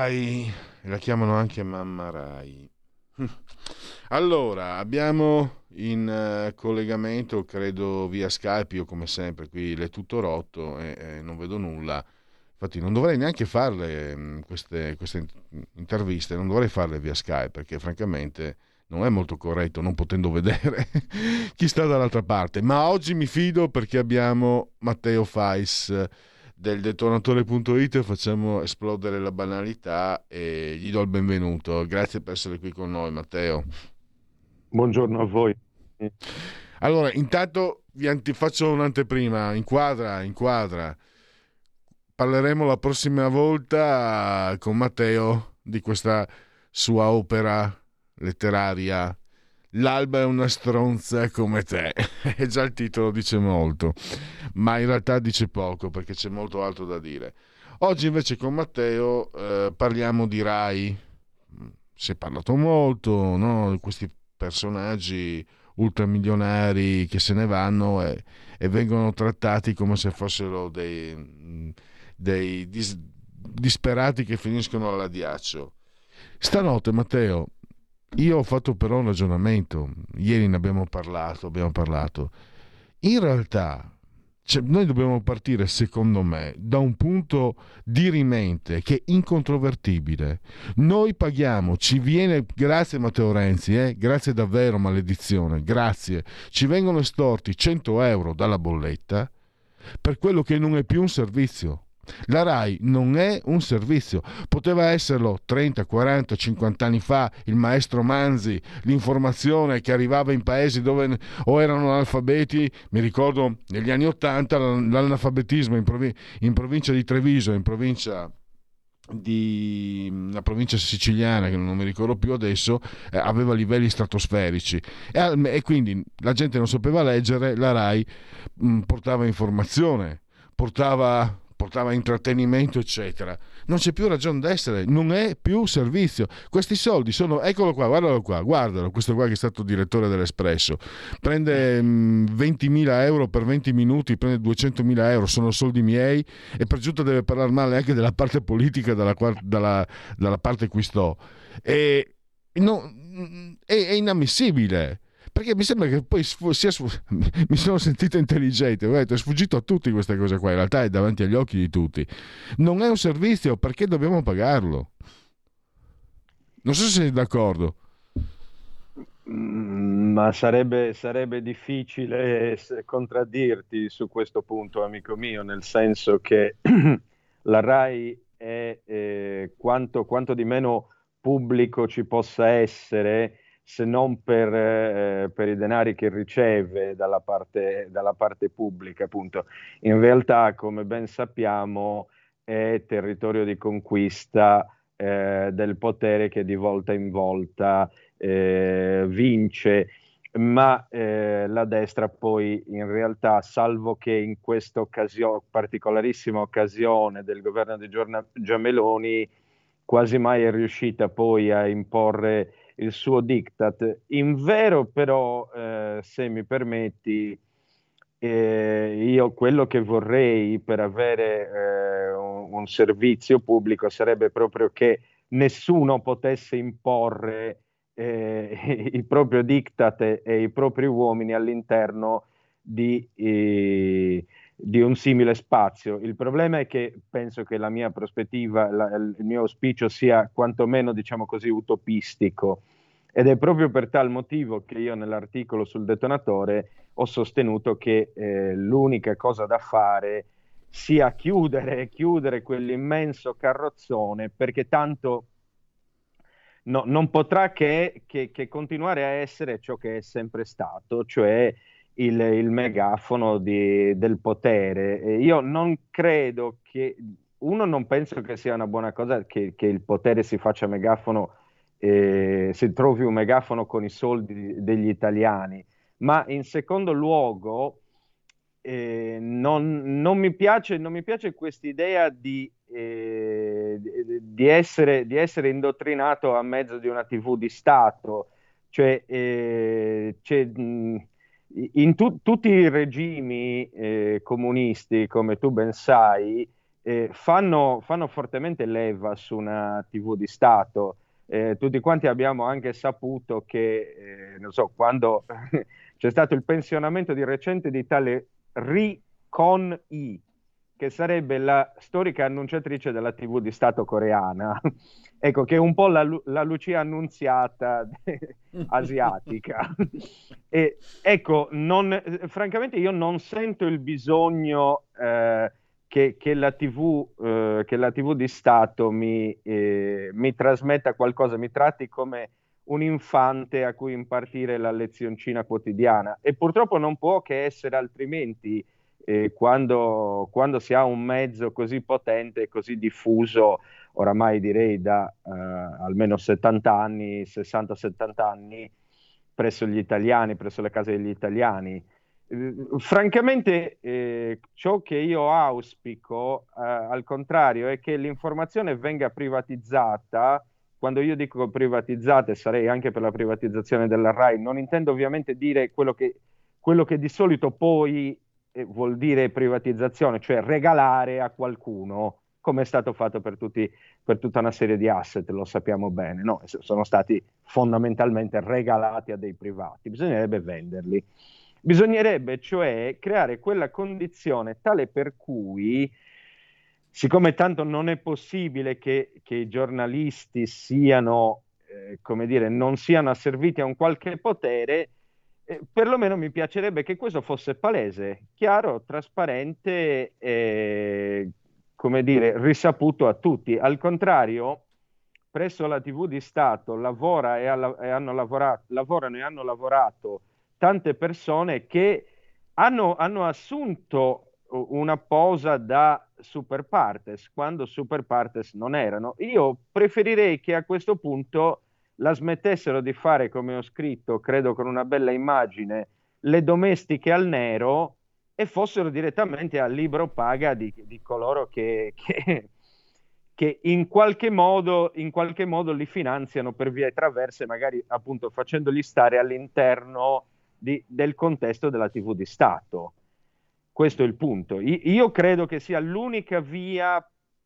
Rai, la chiamano anche Mamma Rai. Allora, abbiamo in collegamento, credo via Skype, io come sempre qui l'è tutto rotto e non vedo nulla. Infatti non dovrei neanche farle queste interviste, non dovrei farle via Skype perché francamente non è molto corretto non potendo vedere chi sta dall'altra parte. Ma oggi mi fido perché abbiamo Matteo Fais del detonatore.it, facciamo esplodere la banalità e gli do il benvenuto. Grazie per essere qui con noi, Matteo.
Buongiorno a voi.
Allora, intanto faccio un'anteprima, inquadra. Parleremo la prossima volta con Matteo di questa sua opera letteraria. L'alba è una stronza come te. E già il titolo dice molto, ma in realtà dice poco perché c'è molto altro da dire. Oggi invece con Matteo parliamo di Rai. Si è parlato molto, no? Di questi personaggi ultramilionari che se ne vanno e vengono trattati come se fossero dei disperati che finiscono all'addiaccio. Stanotte, Matteo, io ho fatto però un ragionamento, ieri ne abbiamo parlato. In realtà noi dobbiamo partire, secondo me, da un punto dirimente che è incontrovertibile. Noi paghiamo, ci viene, grazie Matteo Renzi, grazie davvero, maledizione, grazie, ci vengono estorti 100 euro dalla bolletta per quello che non è più un servizio. La Rai non è un servizio, poteva esserlo 30, 40, 50 anni fa, il maestro Manzi, l'informazione che arrivava in paesi dove o erano analfabeti. Mi ricordo negli anni 80 l'analfabetismo in provincia di Treviso, in provincia di una provincia siciliana che non mi ricordo più adesso, aveva livelli stratosferici e quindi la gente non sapeva leggere, la Rai portava informazione, portava intrattenimento, eccetera. Non c'è più ragione d'essere, non è più servizio. Questi soldi sono, eccolo qua, guardalo, questo qua che è stato direttore dell'Espresso, prende 20.000 euro per 20 minuti, prende 200.000 euro, sono soldi miei, e per giunta deve parlare male anche della parte politica dalla parte cui sto. È inammissibile. Perché mi sembra che poi mi sono sentito intelligente, ho detto, è sfuggito a tutti queste cose qua, in realtà è davanti agli occhi di tutti. Non è un servizio, perché dobbiamo pagarlo? Non so se sei d'accordo.
Ma sarebbe difficile contraddirti su questo punto, amico mio, nel senso che la Rai è quanto di meno pubblico ci possa essere, se non per i denari che riceve dalla parte pubblica, appunto. In realtà, come ben sappiamo, è territorio di conquista del potere che di volta in volta vince, ma la destra poi in realtà, salvo che in questa particolarissima occasione del governo di Giorgia Meloni, quasi mai è riuscita poi a imporre il suo diktat. In vero però, se mi permetti, io quello che vorrei per avere un servizio pubblico sarebbe proprio che nessuno potesse imporre il proprio diktat e i propri uomini all'interno di un simile spazio. Il problema è che penso che la mia prospettiva, il mio auspicio sia quantomeno, diciamo così, utopistico, ed è proprio per tal motivo che io nell'articolo sul detonatore ho sostenuto che l'unica cosa da fare sia chiudere quell'immenso carrozzone, perché tanto non potrà che continuare a essere ciò che è sempre stato, cioè il megafono del potere. E io non credo non penso che sia una buona cosa che il potere si faccia megafono, si trovi un megafono con i soldi degli italiani, ma in secondo luogo non mi piace quest'idea di essere indottrinato a mezzo di una TV di Stato, cioè in tutti i regimi comunisti, come tu ben sai, fanno fortemente leva su una TV di Stato. Tutti quanti abbiamo anche saputo che, non so, quando c'è stato il pensionamento di recente di tale Ri Con-i, che sarebbe la storica annunciatrice della TV di Stato coreana, ecco, che è un po' la Lucia Annunziata asiatica. E, ecco, francamente io non sento il bisogno che la TV di Stato mi trasmetta qualcosa, mi tratti come un infante a cui impartire la lezioncina quotidiana. E purtroppo non può che essere altrimenti, quando si ha un mezzo così potente e così diffuso, oramai direi da almeno 70 anni, 60-70 anni, presso gli italiani, presso le case degli italiani. Francamente, ciò che io auspico, al contrario, è che l'informazione venga privatizzata. Quando io dico privatizzate, sarei anche per la privatizzazione della RAI. Non intendo ovviamente dire quello che di solito poi vuol dire privatizzazione, cioè regalare a qualcuno, come è stato fatto per tutta una serie di asset, lo sappiamo bene, no? Sono stati fondamentalmente regalati a dei privati. Bisognerebbe venderli. Bisognerebbe cioè creare quella condizione tale per cui, siccome tanto non è possibile che i giornalisti siano, come dire, non siano asserviti a un qualche potere, perlomeno mi piacerebbe che questo fosse palese, chiaro, trasparente, come dire, risaputo a tutti. Al contrario, presso la TV di Stato lavorano e hanno lavorato tante persone che hanno assunto una posa da super partes, quando super partes non erano. Io preferirei che a questo punto la smettessero di fare, come ho scritto, credo con una bella immagine, le domestiche al nero, e fossero direttamente al libro paga di coloro che in qualche modo li finanziano per vie traverse, magari appunto facendoli stare all'interno del contesto della TV di Stato. Questo è il punto. Io credo che sia l'unica via,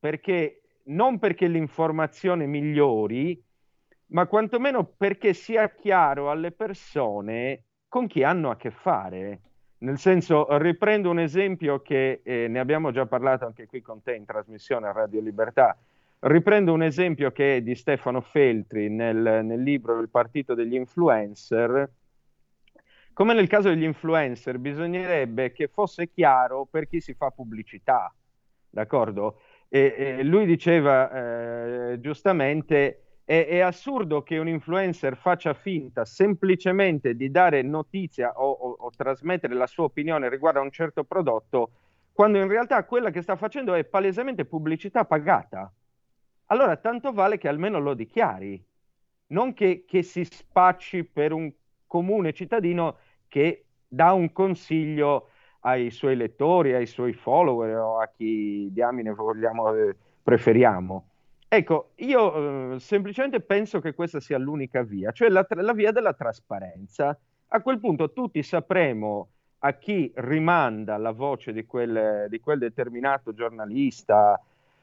non perché l'informazione migliori, ma quantomeno perché sia chiaro alle persone con chi hanno a che fare. Nel senso, riprendo un esempio che ne abbiamo già parlato anche qui con te in trasmissione a Radio Libertà. Riprendo un esempio che è di Stefano Feltri nel libro Il partito degli influencer. Come nel caso degli influencer, bisognerebbe che fosse chiaro per chi si fa pubblicità, d'accordo? Lui diceva giustamente, è assurdo che un influencer faccia finta semplicemente di dare notizia o trasmettere la sua opinione riguardo a un certo prodotto, quando in realtà quella che sta facendo è palesemente pubblicità pagata. Allora tanto vale che almeno lo dichiari, non che si spacci per un comune cittadino che dà un consiglio ai suoi lettori, ai suoi follower o a chi diamine preferiamo. Ecco, io semplicemente penso che questa sia l'unica via, cioè la via della trasparenza. A quel punto tutti sapremo a chi rimanda la voce di quel determinato giornalista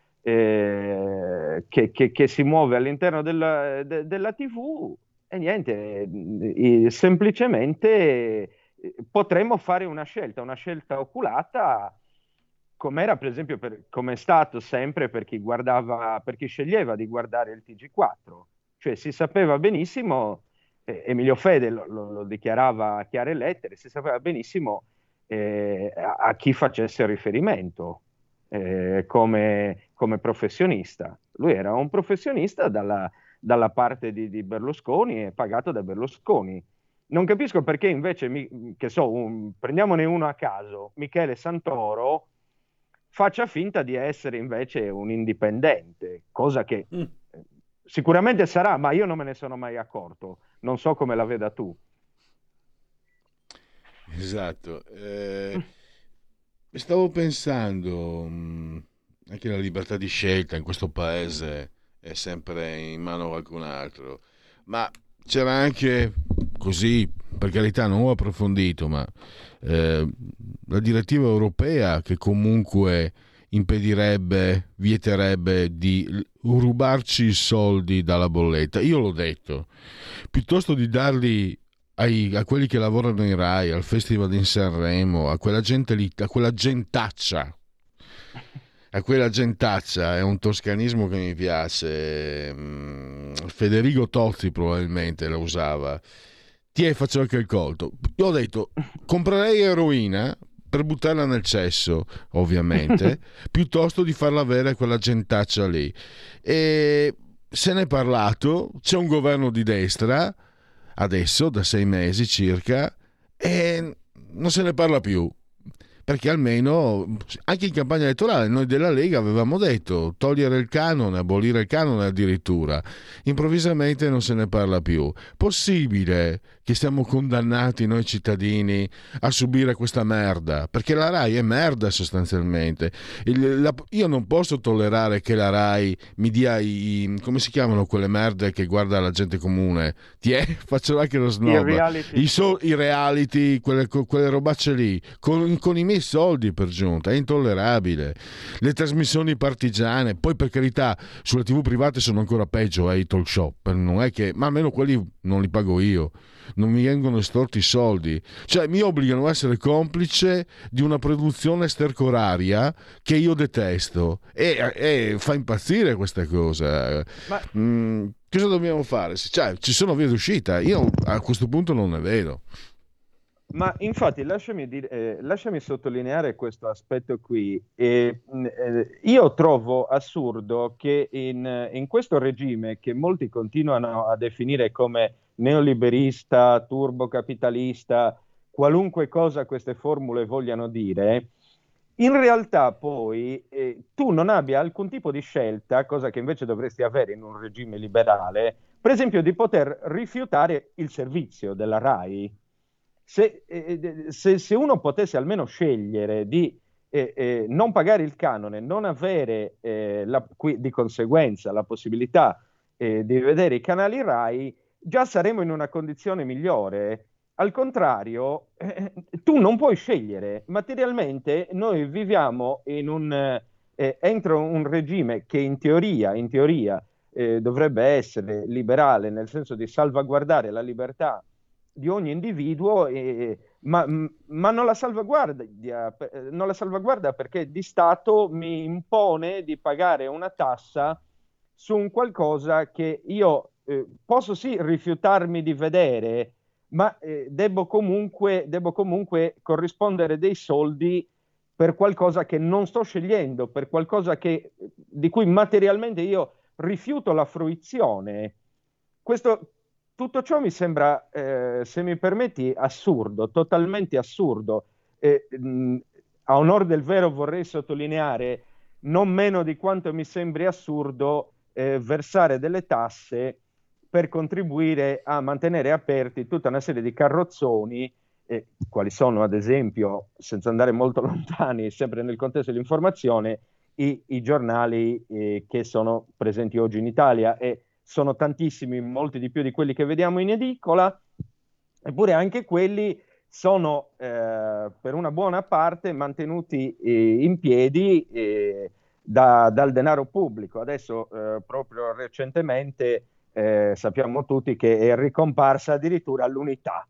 che si muove all'interno della TV, e niente, semplicemente potremmo fare una scelta oculata, come era per esempio come è stato sempre per chi sceglieva di guardare il TG4, cioè si sapeva benissimo, Emilio Fede lo dichiarava a chiare lettere, si sapeva benissimo a chi facesse riferimento come professionista. Lui era un professionista dalla parte di Berlusconi e pagato da Berlusconi. Non capisco perché invece, prendiamone uno a caso, Michele Santoro faccia finta di essere invece un indipendente, cosa che sicuramente sarà, ma io non me ne sono mai accorto. Non so come la veda tu.
Esatto. Stavo pensando, anche la libertà di scelta in questo paese è sempre in mano a qualcun altro, ma c'era anche, così per carità non ho approfondito, ma la direttiva europea che comunque impedirebbe, vieterebbe di rubarci i soldi dalla bolletta. Io l'ho detto, piuttosto di darli a quelli che lavorano in Rai, al Festival in Sanremo, a quella gente lì, a quella gentaccia, è un toscanismo che mi piace. Federico Tozzi probabilmente la usava. Faccio anche il colto. Io ho detto, comprerei eroina per buttarla nel cesso, ovviamente, piuttosto di farla avere quella gentaccia lì. E se ne è parlato, c'è un governo di destra adesso da 6 mesi circa e non se ne parla più, perché almeno anche in campagna elettorale noi della Lega avevamo detto togliere il canone, abolire il canone addirittura. Improvvisamente non se ne parla più. Possibile che stiamo condannati noi cittadini a subire questa merda? Perché la Rai è merda sostanzialmente. Io non posso tollerare che la Rai mi dia come si chiamano quelle merde che guarda la gente comune? Faccio anche lo snob. I reality, quelle robacce lì, con i miei soldi per giunta, è intollerabile. Le trasmissioni partigiane, poi per carità sulle TV private sono ancora peggio, i talk show, non è che, ma almeno quelli non li pago io, non mi vengono estorti i soldi, cioè mi obbligano a essere complice di una produzione stercoraria che io detesto e fa impazzire questa cosa. Cosa dobbiamo fare? Cioè, ci sono vie d'uscita, io a questo punto non ne vedo.
Ma infatti lasciami sottolineare questo aspetto qui. Io trovo assurdo che in questo regime che molti continuano a definire come neoliberista, turbocapitalista, qualunque cosa queste formule vogliano dire, in realtà poi tu non abbia alcun tipo di scelta, cosa che invece dovresti avere in un regime liberale, per esempio di poter rifiutare il servizio della Rai. Se uno potesse almeno scegliere di non pagare il canone, non avere di conseguenza la possibilità di vedere i canali Rai, già saremmo in una condizione migliore. Al contrario, tu non puoi scegliere. Materialmente noi viviamo entro un regime che in teoria dovrebbe essere liberale, nel senso di salvaguardare la libertà di ogni individuo, ma non la salvaguarda perché di Stato mi impone di pagare una tassa su un qualcosa che io posso sì rifiutarmi di vedere, ma devo comunque corrispondere dei soldi per qualcosa che non sto scegliendo, per qualcosa di cui materialmente io rifiuto la fruizione. Tutto ciò mi sembra, se mi permetti, assurdo, totalmente assurdo. A onor del vero vorrei sottolineare, non meno di quanto mi sembri assurdo, versare delle tasse per contribuire a mantenere aperti tutta una serie di carrozzoni, quali sono ad esempio, senza andare molto lontani, sempre nel contesto dell'informazione, i giornali che sono presenti oggi in Italia, e sono tantissimi, molti di più di quelli che vediamo in edicola, eppure anche quelli sono per una buona parte mantenuti in piedi dal denaro pubblico. Adesso proprio recentemente sappiamo tutti che è ricomparsa addirittura l'Unità,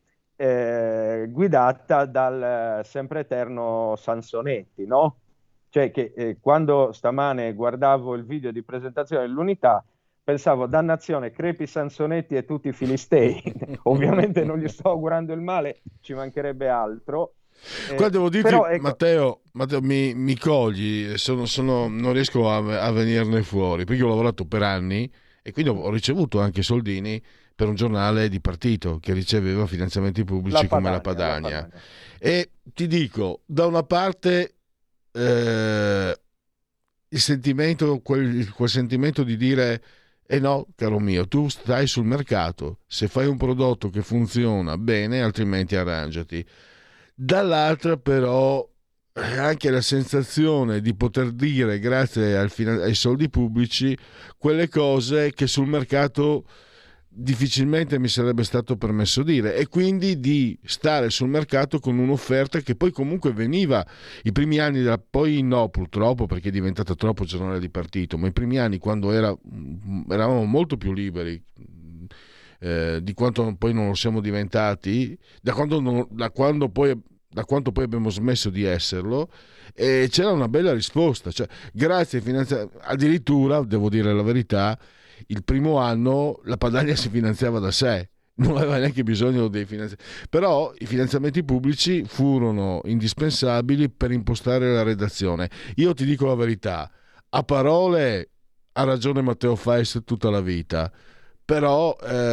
guidata dal sempre eterno Sansonetti, no? Cioè che quando stamane guardavo il video di presentazione dell'Unità pensavo, dannazione, crepi Sansonetti e tutti i filistei. Ovviamente non gli sto augurando il male, ci mancherebbe altro.
Qua devo dirti,
però, ecco...
Matteo mi cogli, non riesco a venirne fuori, perché ho lavorato per anni e quindi ho ricevuto anche soldini per un giornale di partito che riceveva finanziamenti pubblici come la Padania. E ti dico, da una parte il sentimento, quel sentimento di dire no, caro mio, tu stai sul mercato, se fai un prodotto che funziona bene, altrimenti arrangiati. Dall'altra però anche la sensazione di poter dire, grazie ai soldi pubblici, quelle cose che sul mercato difficilmente mi sarebbe stato permesso dire, e quindi di stare sul mercato con un'offerta che poi comunque veniva i primi anni poi no, purtroppo, perché è diventata troppo giornale di partito, ma i primi anni, quando eravamo molto più liberi di quanto poi non lo siamo diventati, da quanto poi abbiamo smesso di esserlo, e c'era una bella risposta, cioè grazie ai addirittura, devo dire la verità, il primo anno la Padania si finanziava da sé, non aveva neanche bisogno dei finanziamenti, però i finanziamenti pubblici furono indispensabili per impostare la redazione. Io ti dico la verità, a parole ha ragione Matteo Fais tutta la vita, però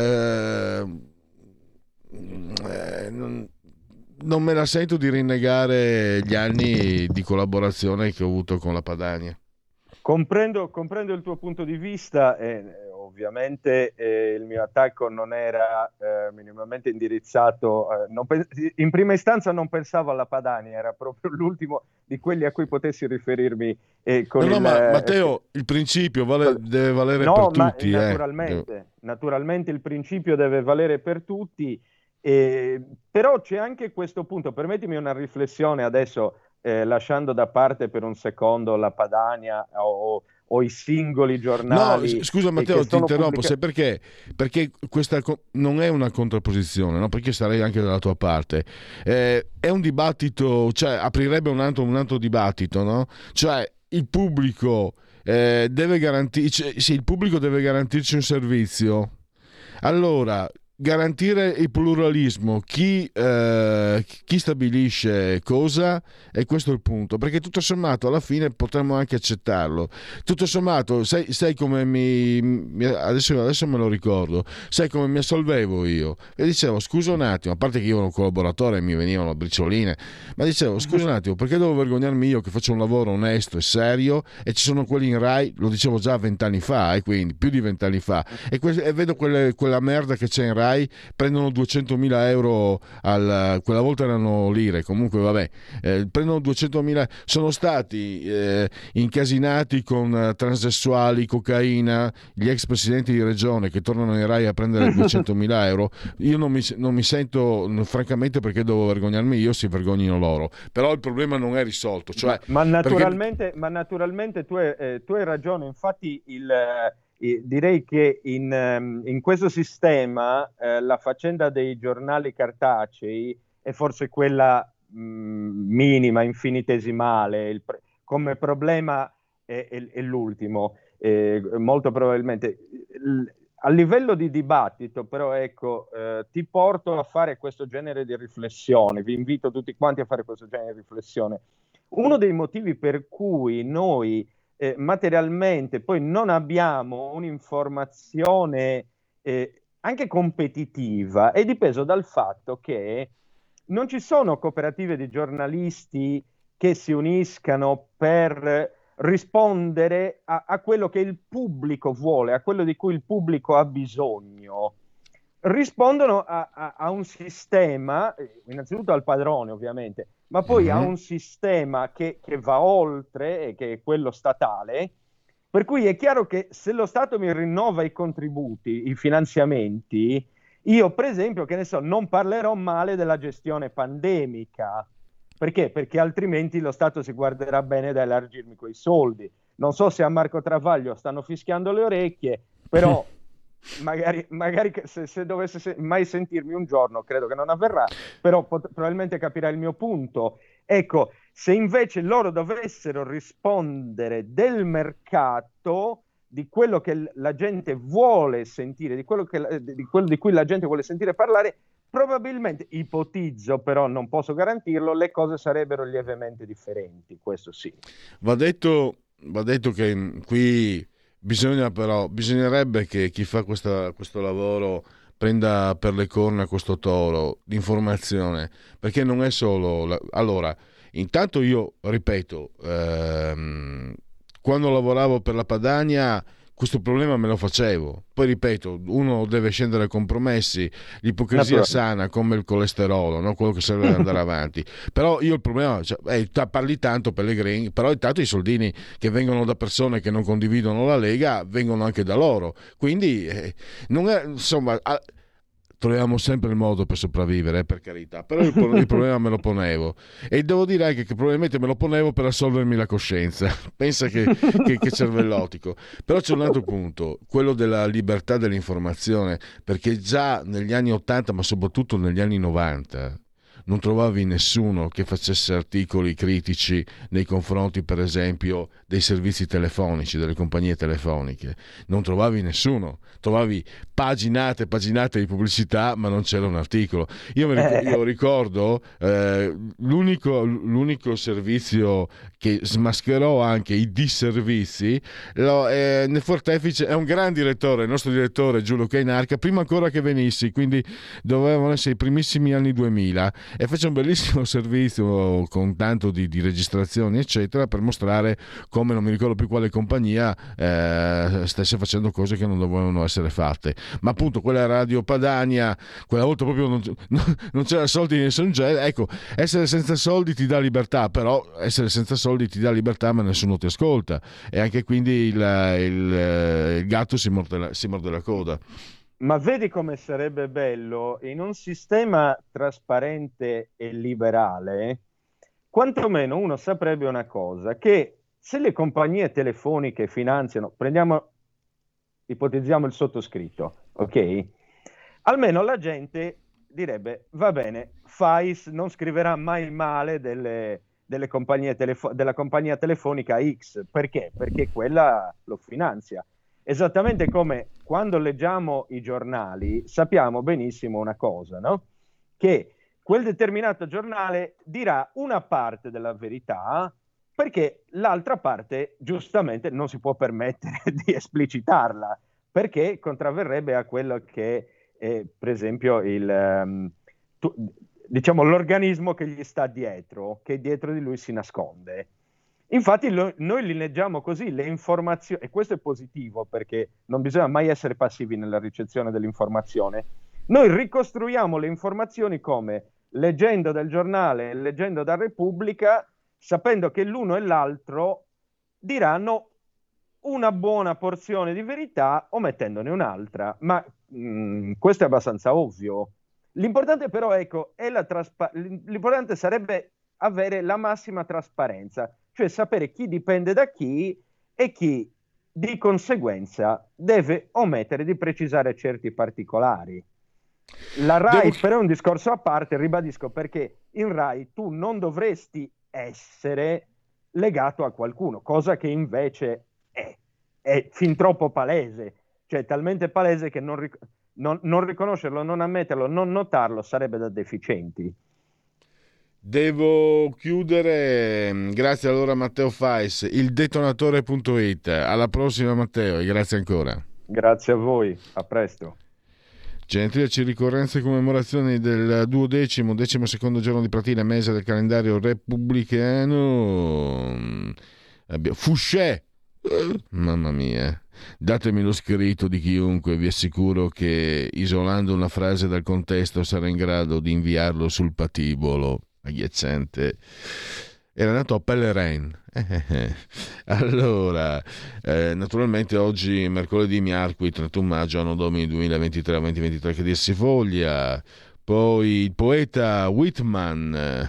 non me la sento di rinnegare gli anni di collaborazione che ho avuto con la Padania.
Comprendo il tuo punto di vista, ovviamente il mio attacco non era minimamente indirizzato, in prima istanza non pensavo alla Padania, era proprio l'ultimo di quelli a cui potessi riferirmi.
Ma Matteo, il principio deve valere per tutti.
Naturalmente il principio deve valere per tutti, però c'è anche questo punto, permettimi una riflessione adesso, lasciando da parte per un secondo la Padania o i singoli giornali.
No, scusa Matteo, ti interrompo, sai perché? Perché questa non è una contrapposizione, no? Perché sarei anche dalla tua parte. È un dibattito, cioè aprirebbe un altro dibattito, no? Cioè il pubblico deve garantirci un servizio. Allora, garantire il pluralismo, chi stabilisce cosa, e questo è il punto, perché tutto sommato alla fine potremmo anche accettarlo. Tutto sommato sai come adesso me lo ricordo, sai come mi assolvevo io, e dicevo scusa un attimo, a parte che io ero un collaboratore e mi venivano bricioline, ma dicevo scusa un attimo, perché devo vergognarmi io che faccio un lavoro onesto e serio, e ci sono quelli in Rai, lo dicevo già 20 anni fa, e quindi più di 20 anni fa, e vedo quella merda che c'è in Rai, prendono 200.000 euro quella volta erano lire, comunque vabbè, prendono 200.000, sono stati incasinati con transessuali, cocaina, gli ex presidenti di regione che tornano in Rai a prendere 200.000 euro. Io non mi sento, francamente, perché devo vergognarmi io, si vergognino loro, però il problema non è risolto, cioè, ma naturalmente tu hai ragione, infatti direi che in questo sistema la faccenda dei giornali cartacei è forse quella minima, infinitesimale, come problema è l'ultimo, molto probabilmente. A livello di dibattito, però, ecco, ti porto a fare questo genere di riflessione, vi invito tutti quanti a fare questo genere di riflessione. Uno dei motivi per cui noi materialmente poi non abbiamo un'informazione anche competitiva è dipeso dal fatto che non ci sono cooperative di giornalisti che si uniscano per rispondere a quello che il pubblico vuole, a quello di cui il pubblico ha bisogno. Rispondono a un sistema, innanzitutto al padrone ovviamente, ma poi a un sistema che va oltre, che è quello statale, per cui è chiaro che se lo Stato mi rinnova i contributi, i finanziamenti, io per esempio, che ne so, non parlerò male della gestione pandemica. Perché? Perché altrimenti lo Stato si guarderà bene da elargirmi quei soldi. Non so se a Marco Travaglio stanno fischiando le orecchie, però magari se dovesse mai sentirmi un giorno, credo che non avverrà, però probabilmente capirà il mio punto. Ecco, se invece loro dovessero rispondere del mercato, di quello che la gente vuole sentire, di quello di cui la gente vuole sentire parlare, probabilmente, ipotizzo, però non posso garantirlo, le cose sarebbero lievemente differenti, questo sì. Va detto che qui bisognerebbe che chi fa questo lavoro prenda per le corna questo toro di informazione, perché non è solo allora, intanto io ripeto, quando lavoravo per la Padania questo problema me lo facevo. Poi ripeto, uno deve scendere a compromessi, l'ipocrisia sana come il colesterolo, no? Quello che serve ad andare avanti. Però io il problema, parli tanto Pellegrini, però intanto i soldini che vengono da persone che non condividono la Lega vengono anche da loro, quindi non è, insomma, troviamo sempre il modo per sopravvivere, per carità, però il problema me lo ponevo, e devo dire anche che probabilmente me lo ponevo per assolvermi la coscienza. Pensa che cervellotico. Però c'è un altro punto, quello della libertà dell'informazione, perché già negli anni 80, ma soprattutto negli anni 90, non trovavi nessuno che facesse articoli critici nei confronti, per esempio, dei servizi telefonici, delle compagnie telefoniche. Non trovavi nessuno. Trovavi paginate e paginate di pubblicità, ma non c'era un articolo. Io ricordo l'unico servizio che smascherò anche i disservizi, nel Fortefice, è un gran direttore, il nostro direttore Giulio Cainarca, prima ancora che venissi, quindi dovevano essere i primissimi anni 2000, e fece un bellissimo servizio con tanto di registrazioni eccetera, per mostrare come non mi ricordo più quale compagnia stesse facendo cose che non dovevano essere fatte. Ma appunto quella Radio Padania, quella volta proprio non c'era soldi in nessun genere. Ecco, essere senza soldi ti dà libertà, però essere senza soldi ti dà libertà ma nessuno ti ascolta, e anche quindi il gatto si morde la coda.
Ma vedi come sarebbe bello in un sistema trasparente e liberale, quantomeno uno saprebbe una cosa, che se le compagnie telefoniche finanziano, ipotizziamo il sottoscritto, ok? Almeno la gente direbbe, va bene, Fais non scriverà mai male della compagnia telefonica X. Perché? Perché quella lo finanzia. Esattamente come quando leggiamo i giornali sappiamo benissimo una cosa, no? Che quel determinato giornale dirà una parte della verità perché l'altra parte giustamente non si può permettere di esplicitarla, perché contravverrebbe a quello che è, per esempio, diciamo l'organismo che gli sta dietro, che dietro di lui si nasconde. Infatti noi li leggiamo così, le informazioni, e questo è positivo perché non bisogna mai essere passivi nella ricezione dell'informazione. Noi ricostruiamo le informazioni come leggendo dal giornale, leggendo da Repubblica, sapendo che l'uno e l'altro diranno una buona porzione di verità omettendone un'altra, ma questo è abbastanza ovvio. L'importante però, ecco, l'importante sarebbe avere la massima trasparenza, cioè sapere chi dipende da chi e chi di conseguenza deve omettere di precisare certi particolari. La RAI però è un discorso a parte, ribadisco, perché in RAI tu non dovresti essere legato a qualcuno, cosa che invece è fin troppo palese, cioè talmente palese che non riconoscerlo, non ammetterlo, non notarlo sarebbe da deficienti.
Devo chiudere, grazie allora Matteo Fais, il detonatore.it. Alla prossima Matteo, e grazie ancora.
Grazie a voi, a presto.
Genetriaci, ricorrenze e commemorazioni del 12° giorno di Pratina, mese del calendario repubblicano. Fouché, mamma mia, datemi lo scritto di chiunque, vi assicuro che isolando una frase dal contesto sarà in grado di inviarlo sul patibolo agghiacciante. Era nato a Pellerin. Allora, naturalmente oggi mercoledì miarqui 31 maggio anno domini 2023 che dir si voglia. Poi il poeta Whitman,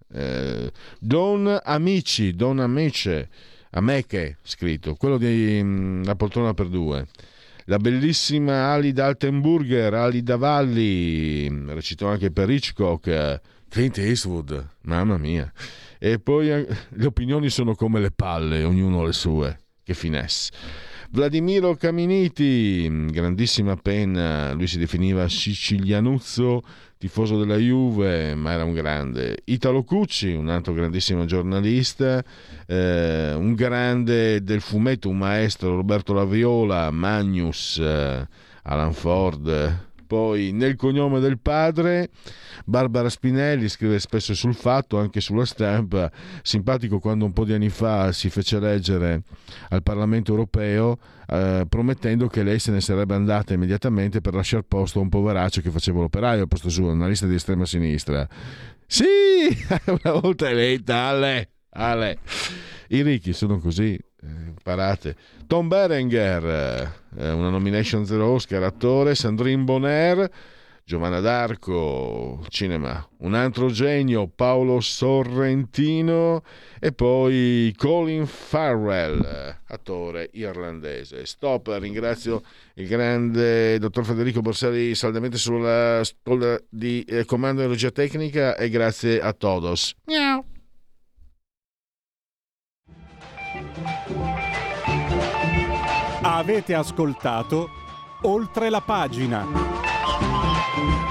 Don Amici, Ameke scritto, quello di La poltrona per due. La bellissima Alida Altenburger, Alida Valli, recitò anche per Hitchcock, Clint Eastwood, mamma mia. E poi le opinioni sono come le palle, ognuno le sue. Che finesse. Vladimiro Caminiti, grandissima penna, lui si definiva sicilianuzzo, tifoso della Juve, ma era un grande. Italo Cucci, un altro grandissimo giornalista, un grande del fumetto, un maestro, Roberto Laviola, Magnus, Alan Ford, Poi Nel cognome del padre, Barbara Spinelli scrive spesso sul Fatto, anche sulla Stampa, simpatico quando un po' di anni fa si fece eleggere al Parlamento europeo promettendo che lei se ne sarebbe andata immediatamente per lasciare posto a un poveraccio che faceva l'operaio al posto suo, una lista di estrema sinistra. Sì, una volta eletta, ale. I ricchi sono così, imparate. Tom Berenger, una nomination 0 Oscar, attore. Sandrine Bonnaire, Giovanna d'Arco, cinema. Un altro genio, Paolo Sorrentino, e poi Colin Farrell, attore irlandese. Stop, ringrazio il grande dottor Federico Borsari saldamente sulla scuola di comando e regia tecnica, e grazie a todos. Miau.
Avete ascoltato Oltre la pagina.